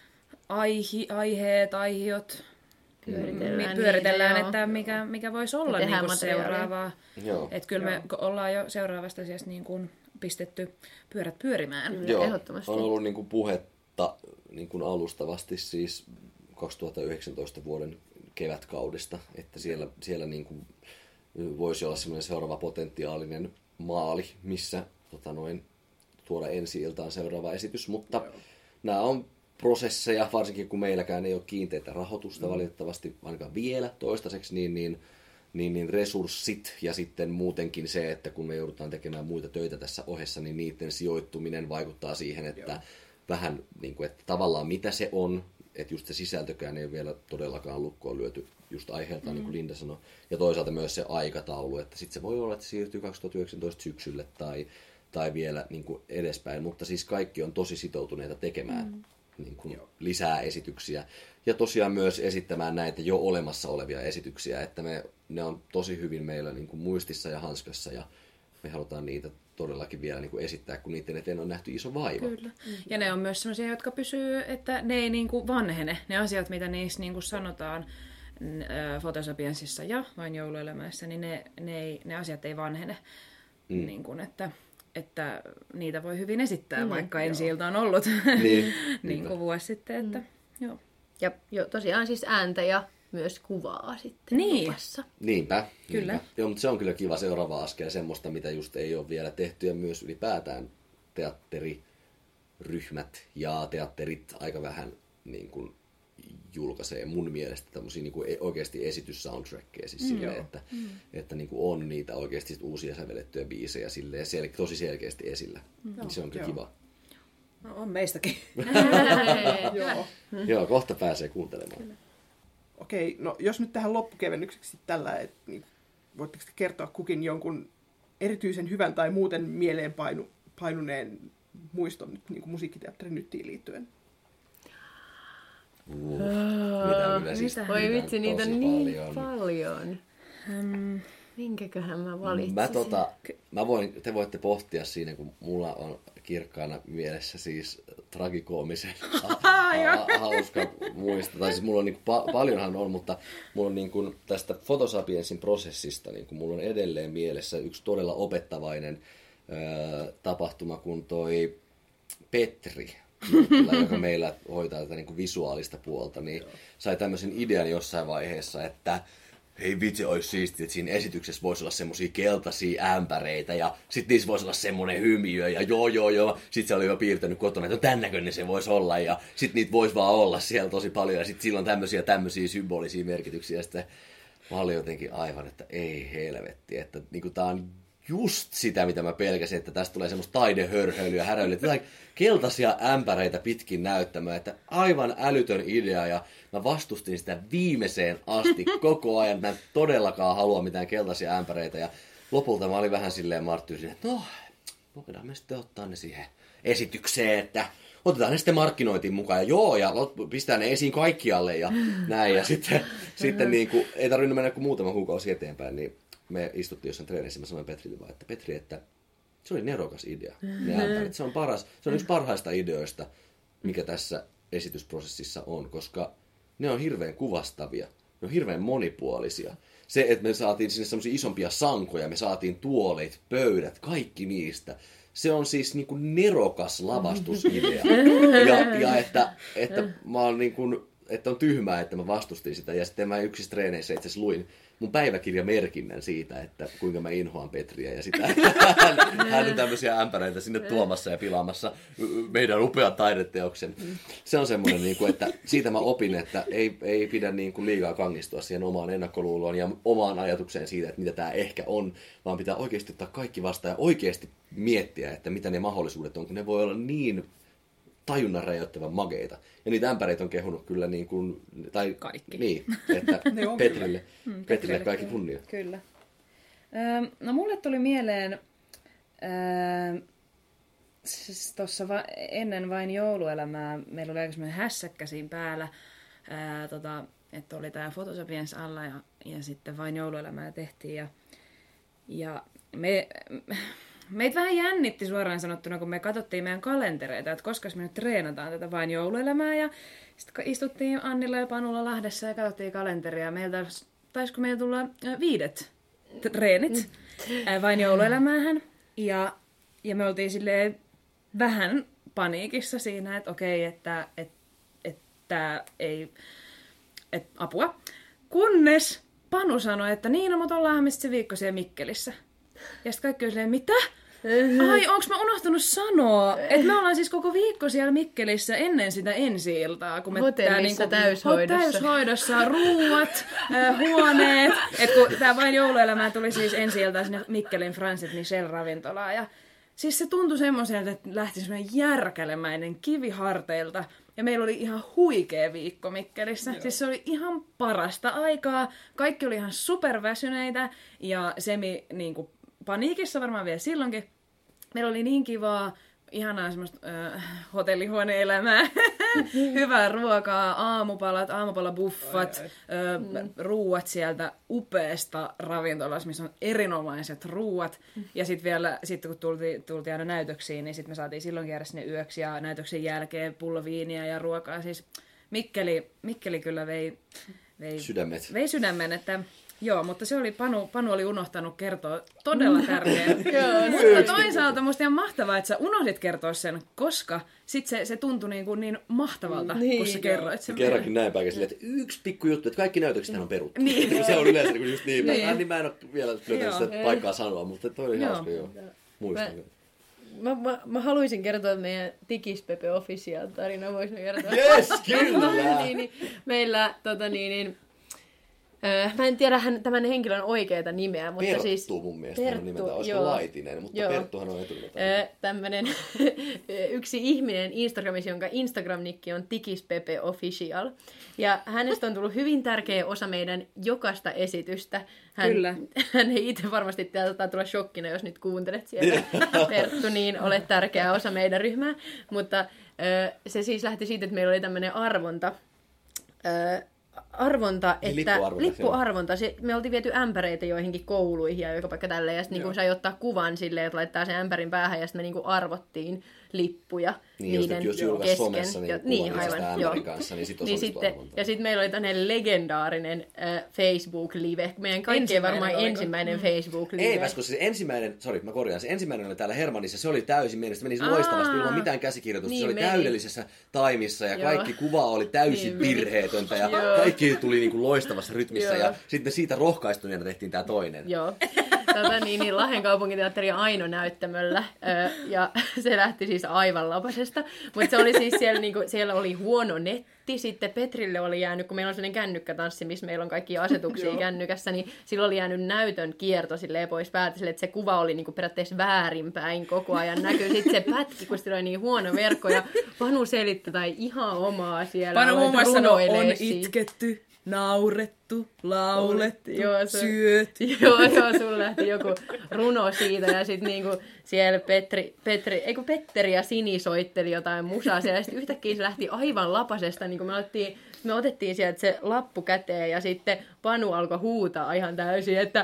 aihi, aiheet, aihiot. Pyöritellään, Pyöritellään niitä, että mikä, mikä voisi olla niin kuin seuraavaa. Että kyllä joo. me ollaan jo seuraavasta asiasta niin kuin pistetty pyörät pyörimään. Kyllä, joo, ehdottomasti. on ollut niin kuin puhetta niin kuin alustavasti siis kaksituhattayhdeksäntoista vuoden kevätkaudesta, että siellä, siellä niin kuin voisi olla semmoinen seuraava potentiaalinen maali, missä tota noin, tuoda ensi-iltaan seuraava esitys, mutta joo. nämä on prosesseja, varsinkin kun meilläkään ei ole kiinteitä rahoitusta mm. valitettavasti ainakaan vielä toistaiseksi, niin, niin, niin, niin resurssit ja sitten muutenkin se, että kun me joudutaan tekemään muita töitä tässä ohessa, niin niiden sijoittuminen vaikuttaa siihen, että joo. vähän niin kuin, että tavallaan mitä se on, että just se sisältökään ei ole vielä todellakaan lukkoon lyöty just aiheeltaan, mm. niin kuin Linda sanoi. Ja toisaalta myös se aikataulu, että sitten se voi olla, että se siirtyy kaksituhattayhdeksäntoista syksylle tai, tai vielä niin kuin edespäin. Mutta siis kaikki on tosi sitoutuneita tekemään mm. niin kuin lisää esityksiä. Ja tosiaan myös esittämään näitä jo olemassa olevia esityksiä, että me, ne on tosi hyvin meillä niin kuin muistissa ja hanskassa ja me halutaan niitä todellakin vielä niin kuin esittää, kun niiden eteen on nähty iso vaiva. Kyllä. Ja ne on myös sellaisia, jotka pysyy, että ne ei niin kuin vanhene. Ne asiat, mitä niissä niin kuin sanotaan Fotosapiensissa ja Vain jouluelämässä, niin ne, ne, ei, ne asiat ei vanhene. Mm. Niin kuin, että, että niitä voi hyvin esittää, mm, vaikka ensi-ilta on ollut niin, niin kuin vuosi sitten. Että, mm. joo. Ja jo, tosiaan siis ääntä ja myös kuvaa sitten niin. luvassa. Niinpä. Kyllä. Niinpä. Joo, mutta se on kyllä kiva seuraava askel, semmoista, mitä just ei ole vielä tehty, ja myös ylipäätään teatteriryhmät ja teatterit aika vähän niin kuin julkaisee mun mielestä tämmöisiä niin kuin oikeasti esityssoundtrackeja, siis mm. silleen, että, mm. että niin kuin on niitä oikeasti uusia sävellettyjä biisejä silleen sel- tosi selkeästi esillä. Mm. Niin se on kyllä kiva. No, on meistäkin. Joo. Joo, kohta pääsee kuuntelemaan. Kyllä. Okei, no jos nyt tähän loppukevennykseksi tällä, että niin, voitteko te kertoa kukin jonkun erityisen hyvän tai muuten mieleen painu, painuneen muiston niin kuin musiikkiteatterin nyttiin liittyen? Uh, mitä minä siis Voi vitsi, niitä on niin paljon. paljon. Hmm. Minkäköhän mä valitsisin? Mä, tota, mä voin, te voitte pohtia siinä, kun mulla on kirkkaana mielessä siis tragikoomisen hauska muista. Tai siis mulla on niinku, pa- paljonhan on, mutta mulla on niinku, tästä Fotosapiensin prosessista niinku, mulla on edelleen mielessä yksi todella opettavainen ö, tapahtuma, kun toi Petri, joka meillä hoitaa tätä niinku visuaalista puolta, niin sai tämmöisen idean jossain vaiheessa, että hei vitsi, olisi siistiä, että siinä esityksessä voisi olla semmosia keltaisia ämpäreitä ja sit niissä voisi olla semmonen hymiö ja joo joo joo. Sit se oli jo piirtänyt kotona, että tämän näköinen se voisi olla ja sit niitä voisi vaan olla siellä tosi paljon ja sit sillä on tämmösiä tämmösiä symbolisia merkityksiä ja sitten mä olin jotenkin aivan, että ei helvetti, että niinku tää on just sitä, mitä mä pelkäsin, että tästä tulee semmoista taidehörhöilyä, häröilyä, että keltaisia ämpäreitä pitkin näyttämään, että aivan älytön idea ja mä vastustin sitä viimeiseen asti koko ajan, mä en todellakaan halua mitään keltaisia ämpäreitä ja lopulta mä olin vähän silleen marttyysin, että no, voidaan me sitten ottaa ne siihen esitykseen, että otetaan ne sitten markkinointiin mukaan ja joo, ja pistää ne esiin kaikkialle ja näin ja sitten, sitten niin kuin, ei tarvinnut mennä kuin muutama kuukausi eteenpäin, niin me istuttiin jossain treenissä, mä sanoin Petrille vaan, että Petri, että se oli nerokas idea. Ne ämpärit. Se on paras, se on yksi parhaista ideoista, mikä tässä esitysprosessissa on, koska ne on hirveän kuvastavia, ne on hirveän monipuolisia. Se, että me saatiin sinne semmoisia isompia sankoja, me saatiin tuoleit, pöydät, kaikki niistä. Se on siis niinku nerokas lavastusidea. Ja, ja että, että mä oon niinku, että on tyhmää, että mä vastustin sitä. Ja sitten mä yksissä treeneissä itse asiassa luin mun päiväkirjamerkinnän siitä, että kuinka mä inhoan Petriä ja sitä. hän, hän on tämmöisiä ämpäreitä sinne tuomassa ja pilaamassa meidän upean taideteoksen. Se on semmoinen, niin kuin, että siitä mä opin, että ei, ei pidä niin kuin liikaa kangistua siihen omaan ennakkoluuloon ja omaan ajatukseen siitä, että mitä tämä ehkä on, vaan pitää oikeasti ottaa kaikki vastaan ja oikeasti miettiä, että mitä ne mahdollisuudet on, kun ne voi olla niin tajunnan rajoittavan mageita. Ja niitä ämpäreitä on kehunut kyllä niin kuin, tai kaikki. Niin, että Petrille, Mm, Petrille kaikki kunnia. Kyllä. Öö, no mulle tuli mieleen öö, siis tuossa va- ennen vain jouluelämää meillä oli aika semmoinen hässäkkä siinä päällä, öö, tota, että oli tää Photosapiens alla ja, ja sitten vain jouluelämää tehtiin ja, ja me... Meitä vähän jännitti suoraan sanottuna, kun me katsottiin meidän kalentereita, että koska me nyt treenataan tätä vain jouluelämää. Ja sitten istuttiin Annilla ja Panulla Lahdessa ja katsottiin kalenteria. Meiltä taisiko meillä tulla viidet treenit vain jouluelämäähän. Ja, ja me oltiin silleen vähän paniikissa siinä, että okei, että, että, että ei että apua. Kunnes Panu sanoi, että niin, no, mutta ollaanhan me se viikko siellä Mikkelissä. Ja sitten kaikki on silleen, mitä? Ai, onks mä unohtanut sanoa, että me ollaan siis koko viikko siellä Mikkelissä ennen sitä ensi-iltaa. Kun me hotellissa tää, niinku, täyshoidossa. Täyshoidossa, ruuat, äh, huoneet. Et kun tää vain jouluelämää tuli siis ensi-iltaa sinne Mikkelin Fransit Michel-ravintolaan. Ja siis se tuntui semmoiselta, että lähti semmoinen järkälemäinen kivi harteilta. Ja meillä oli ihan huikea viikko Mikkelissä. Joo. Siis se oli ihan parasta aikaa. Kaikki oli ihan superväsyneitä. Ja Semi niin kuin paniikissa varmaan vielä silloinkin. Meillä oli niin kivaa, ihanaa semmoista äh, hotellihuone-elämää. Hyvää ruokaa, aamupalat, aamupalabuffat, äh, mm. ruuat sieltä upeasta ravintolasta, missä on erinomaiset ruuat. Mm. Ja sitten vielä, sit kun tultiin, tultiin aina näytöksiin, niin sitten me saatiin silloin jäädä sinne yöksi ja näytöksen jälkeen pullo viiniä ja ruokaa. Siis Mikkeli, Mikkeli kyllä vei, vei, Sydämet. vei sydämen, että joo, mutta se oli, Panu, Panu oli unohtanut kertoa todella tärkeä. Mutta toisaalta musta ihan mahtavaa, että sä unohdit kertoa sen, koska sit se, se tuntui niin, kuin niin mahtavalta, niin, kun sä kerroit sen. Kerrankin näin päin silleen, että yksi pikku juttu, että kaikki näytökset on peruttu. Niin. Se on yleensä just niin päin. Niin. niin mä en ole vielä löytänyt sitä paikkaa sanoa, mutta toi oli joo. hauska joo. Muistan. Mä, mä, mä haluaisin kertoa meidän Tikispepe Official tarina, voisin kertoa. Yes, kyllä! niin, niin, meillä, tota niin, niin Öö, mä en tiedä hän, tämän henkilön oikeaa nimeä, mutta Perttu siis... mun mielestä Perttu, on nimeltä, olisiko Laitinen, mutta joo. Perttuhan on etunimeltä. Öö, tämmönen yksi ihminen Instagramissa, jonka Instagram-nikki on Tikispepe Official. Ja hänestä on tullut hyvin tärkeä osa meidän jokaista esitystä. Hän, Kyllä. Hän ei itse varmasti täältä tulla shokkina, jos nyt kuuntelet siellä. Perttu, niin olet tärkeä osa meidän ryhmää. Mutta öö, se siis lähti siitä, että meillä oli tämmöinen arvonta. Öö, Arvonta, että lippuarvonta. lippuarvonta. Se, me oltiin viety ämpäreitä joihinkin kouluihin ja joka paikka tälleen. Ja sitten niin sai ottaa kuvan silleen, että laittaa sen ämpärin päähän ja sitten me niin arvottiin lippuja niin, niiden jos kesken. Somessa, niin, niin aivan, joo. Kanssa, niin, sit niin sitten, ja sitten meillä oli tämmöinen legendaarinen äh, Facebook-live. Meidän kaikkien varmaan oliko? ensimmäinen mm. Facebook-live. Ei, koska se ensimmäinen, sori mä korjaan, se ensimmäinen oli täällä Hermannissa, se oli täysin mielestä, meni Aa, loistavasti ilman mitään käsikirjoitusta. Niin, se oli meni. täydellisessä taimissa ja joo. kaikki kuva oli täysin niin, virheetöntä ja joo. kaikki tuli niinku loistavassa rytmissä joo. ja sitten siitä rohkaistuneena tehtiin tää toinen. Joo. Tota, niin, niin Lahden kaupunginteatterin Aino näyttämöllä öö, ja se lähti siis aivan lapasesta, mutta se oli siis siellä, niinku, siellä oli huono netti, sitten Petrille oli jäänyt, kun meillä on sellainen kännykkätanssi, missä meillä on kaikki asetuksia kännykässä, niin sillä oli jäänyt näytön kierto silleen pois päältä, silleen, että se kuva oli niinku periaatteessa väärinpäin koko ajan näkyy, sitten se pätki, kun sillä oli niin huono verkko ja Panu selitti tai ihan omaa siellä. Panu muun muassa sanoi, on itketty. Naurettu, laulettu, joo, se, syöty. Joo, joo, sulla lähti joku runo siitä ja sitten niinku siellä Petri, Petri, ei kun Petteri ja Sini soitteli jotain musaa siellä ja sitten yhtäkkiä se lähti aivan lapasesta, niin kuin me otettiin, me otettiin sieltä se lappu käteen ja sitten Panu alkoi huutaa ihan täysin, että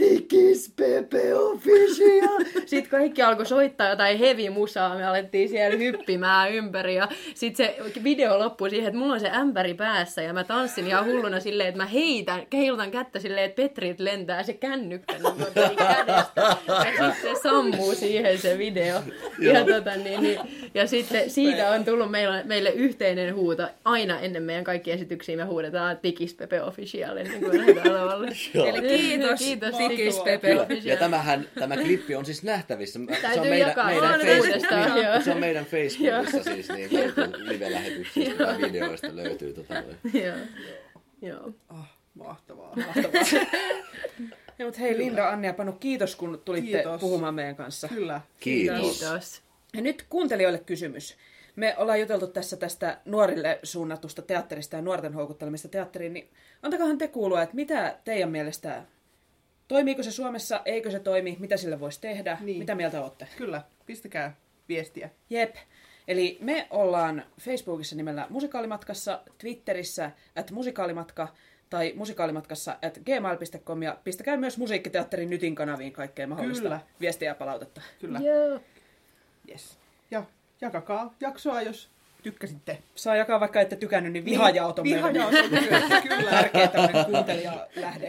Tikispepe Official. Sitten kaikki alkoi soittaa jotain heavy musaa, me alettiin siellä hyppimään ympäri ja sitten se video loppui siihen, että mulla on se ämpäri päässä ja mä tanssin ihan hulluna silleen, että mä kiitän, heilutan kättä silleen, että Petrit lentää se kännykkä niin kädestä. Ja sitten se sammuu siihen se video. ja, tota, niin, niin, ja sitten siitä on tullut meille, meille yhteinen huuto. Aina ennen meidän kaikki esityksiä me huudetaan Tikis Pepe Officialle, niin kuin lähdetään lavalle. Eli kiitos, kiitos Tikis Pepe Kyllä. Official. Ja tämähän, tämä klippi on siis nähtävissä. Se on Täytyy meidän, jakaa meidän, uudestaan, Facebook, joo. se on meidän Facebookissa siis, niin löytyy live-lähetyksistä ja videoista löytyy. Tota, Joo. Joo. Ah, mahtavaa, mahtavaa. Ja, mutta hei Linda, Anni ja Panu, kiitos kun tulitte Kiitos. puhumaan meidän kanssa. Kyllä. Kiitos. Kiitos. Ja nyt kuuntelijoille kysymys. Me ollaan juteltu tässä tästä nuorille suunnatusta teatterista ja nuorten houkuttelemista teatteriin, niin antakahan te kuulua, että mitä teidän mielestä, toimiiko se Suomessa, eikö se toimi, mitä sille voisi tehdä, Niin. mitä mieltä olette? Kyllä, pistäkää viestiä. Jep. Eli me ollaan Facebookissa nimellä Musikaalimatkassa, Twitterissä at musikaalimatka tai musikaalimatkassa at gmail piste com ja pistäkää myös Musiikkiteatterin Nytin kanaviin kaikkea mahdollista Kyllä. viestiä ja palautetta. Kyllä. Joo. Yes. Ja jakakaa jaksoa, jos tykkäsitte. Saa jakaa vaikka ette tykännyt, niin vihajaot on meidän Vihajaot on kyllä, kyllä. tärkeä tämmöinen kuuntelijalähde.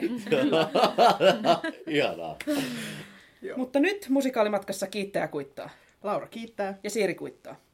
Ihanaa. Joo. Mutta nyt Musikaalimatkassa kiittää ja kuittaa. Laura kiittää. Ja Siiri kuittaa.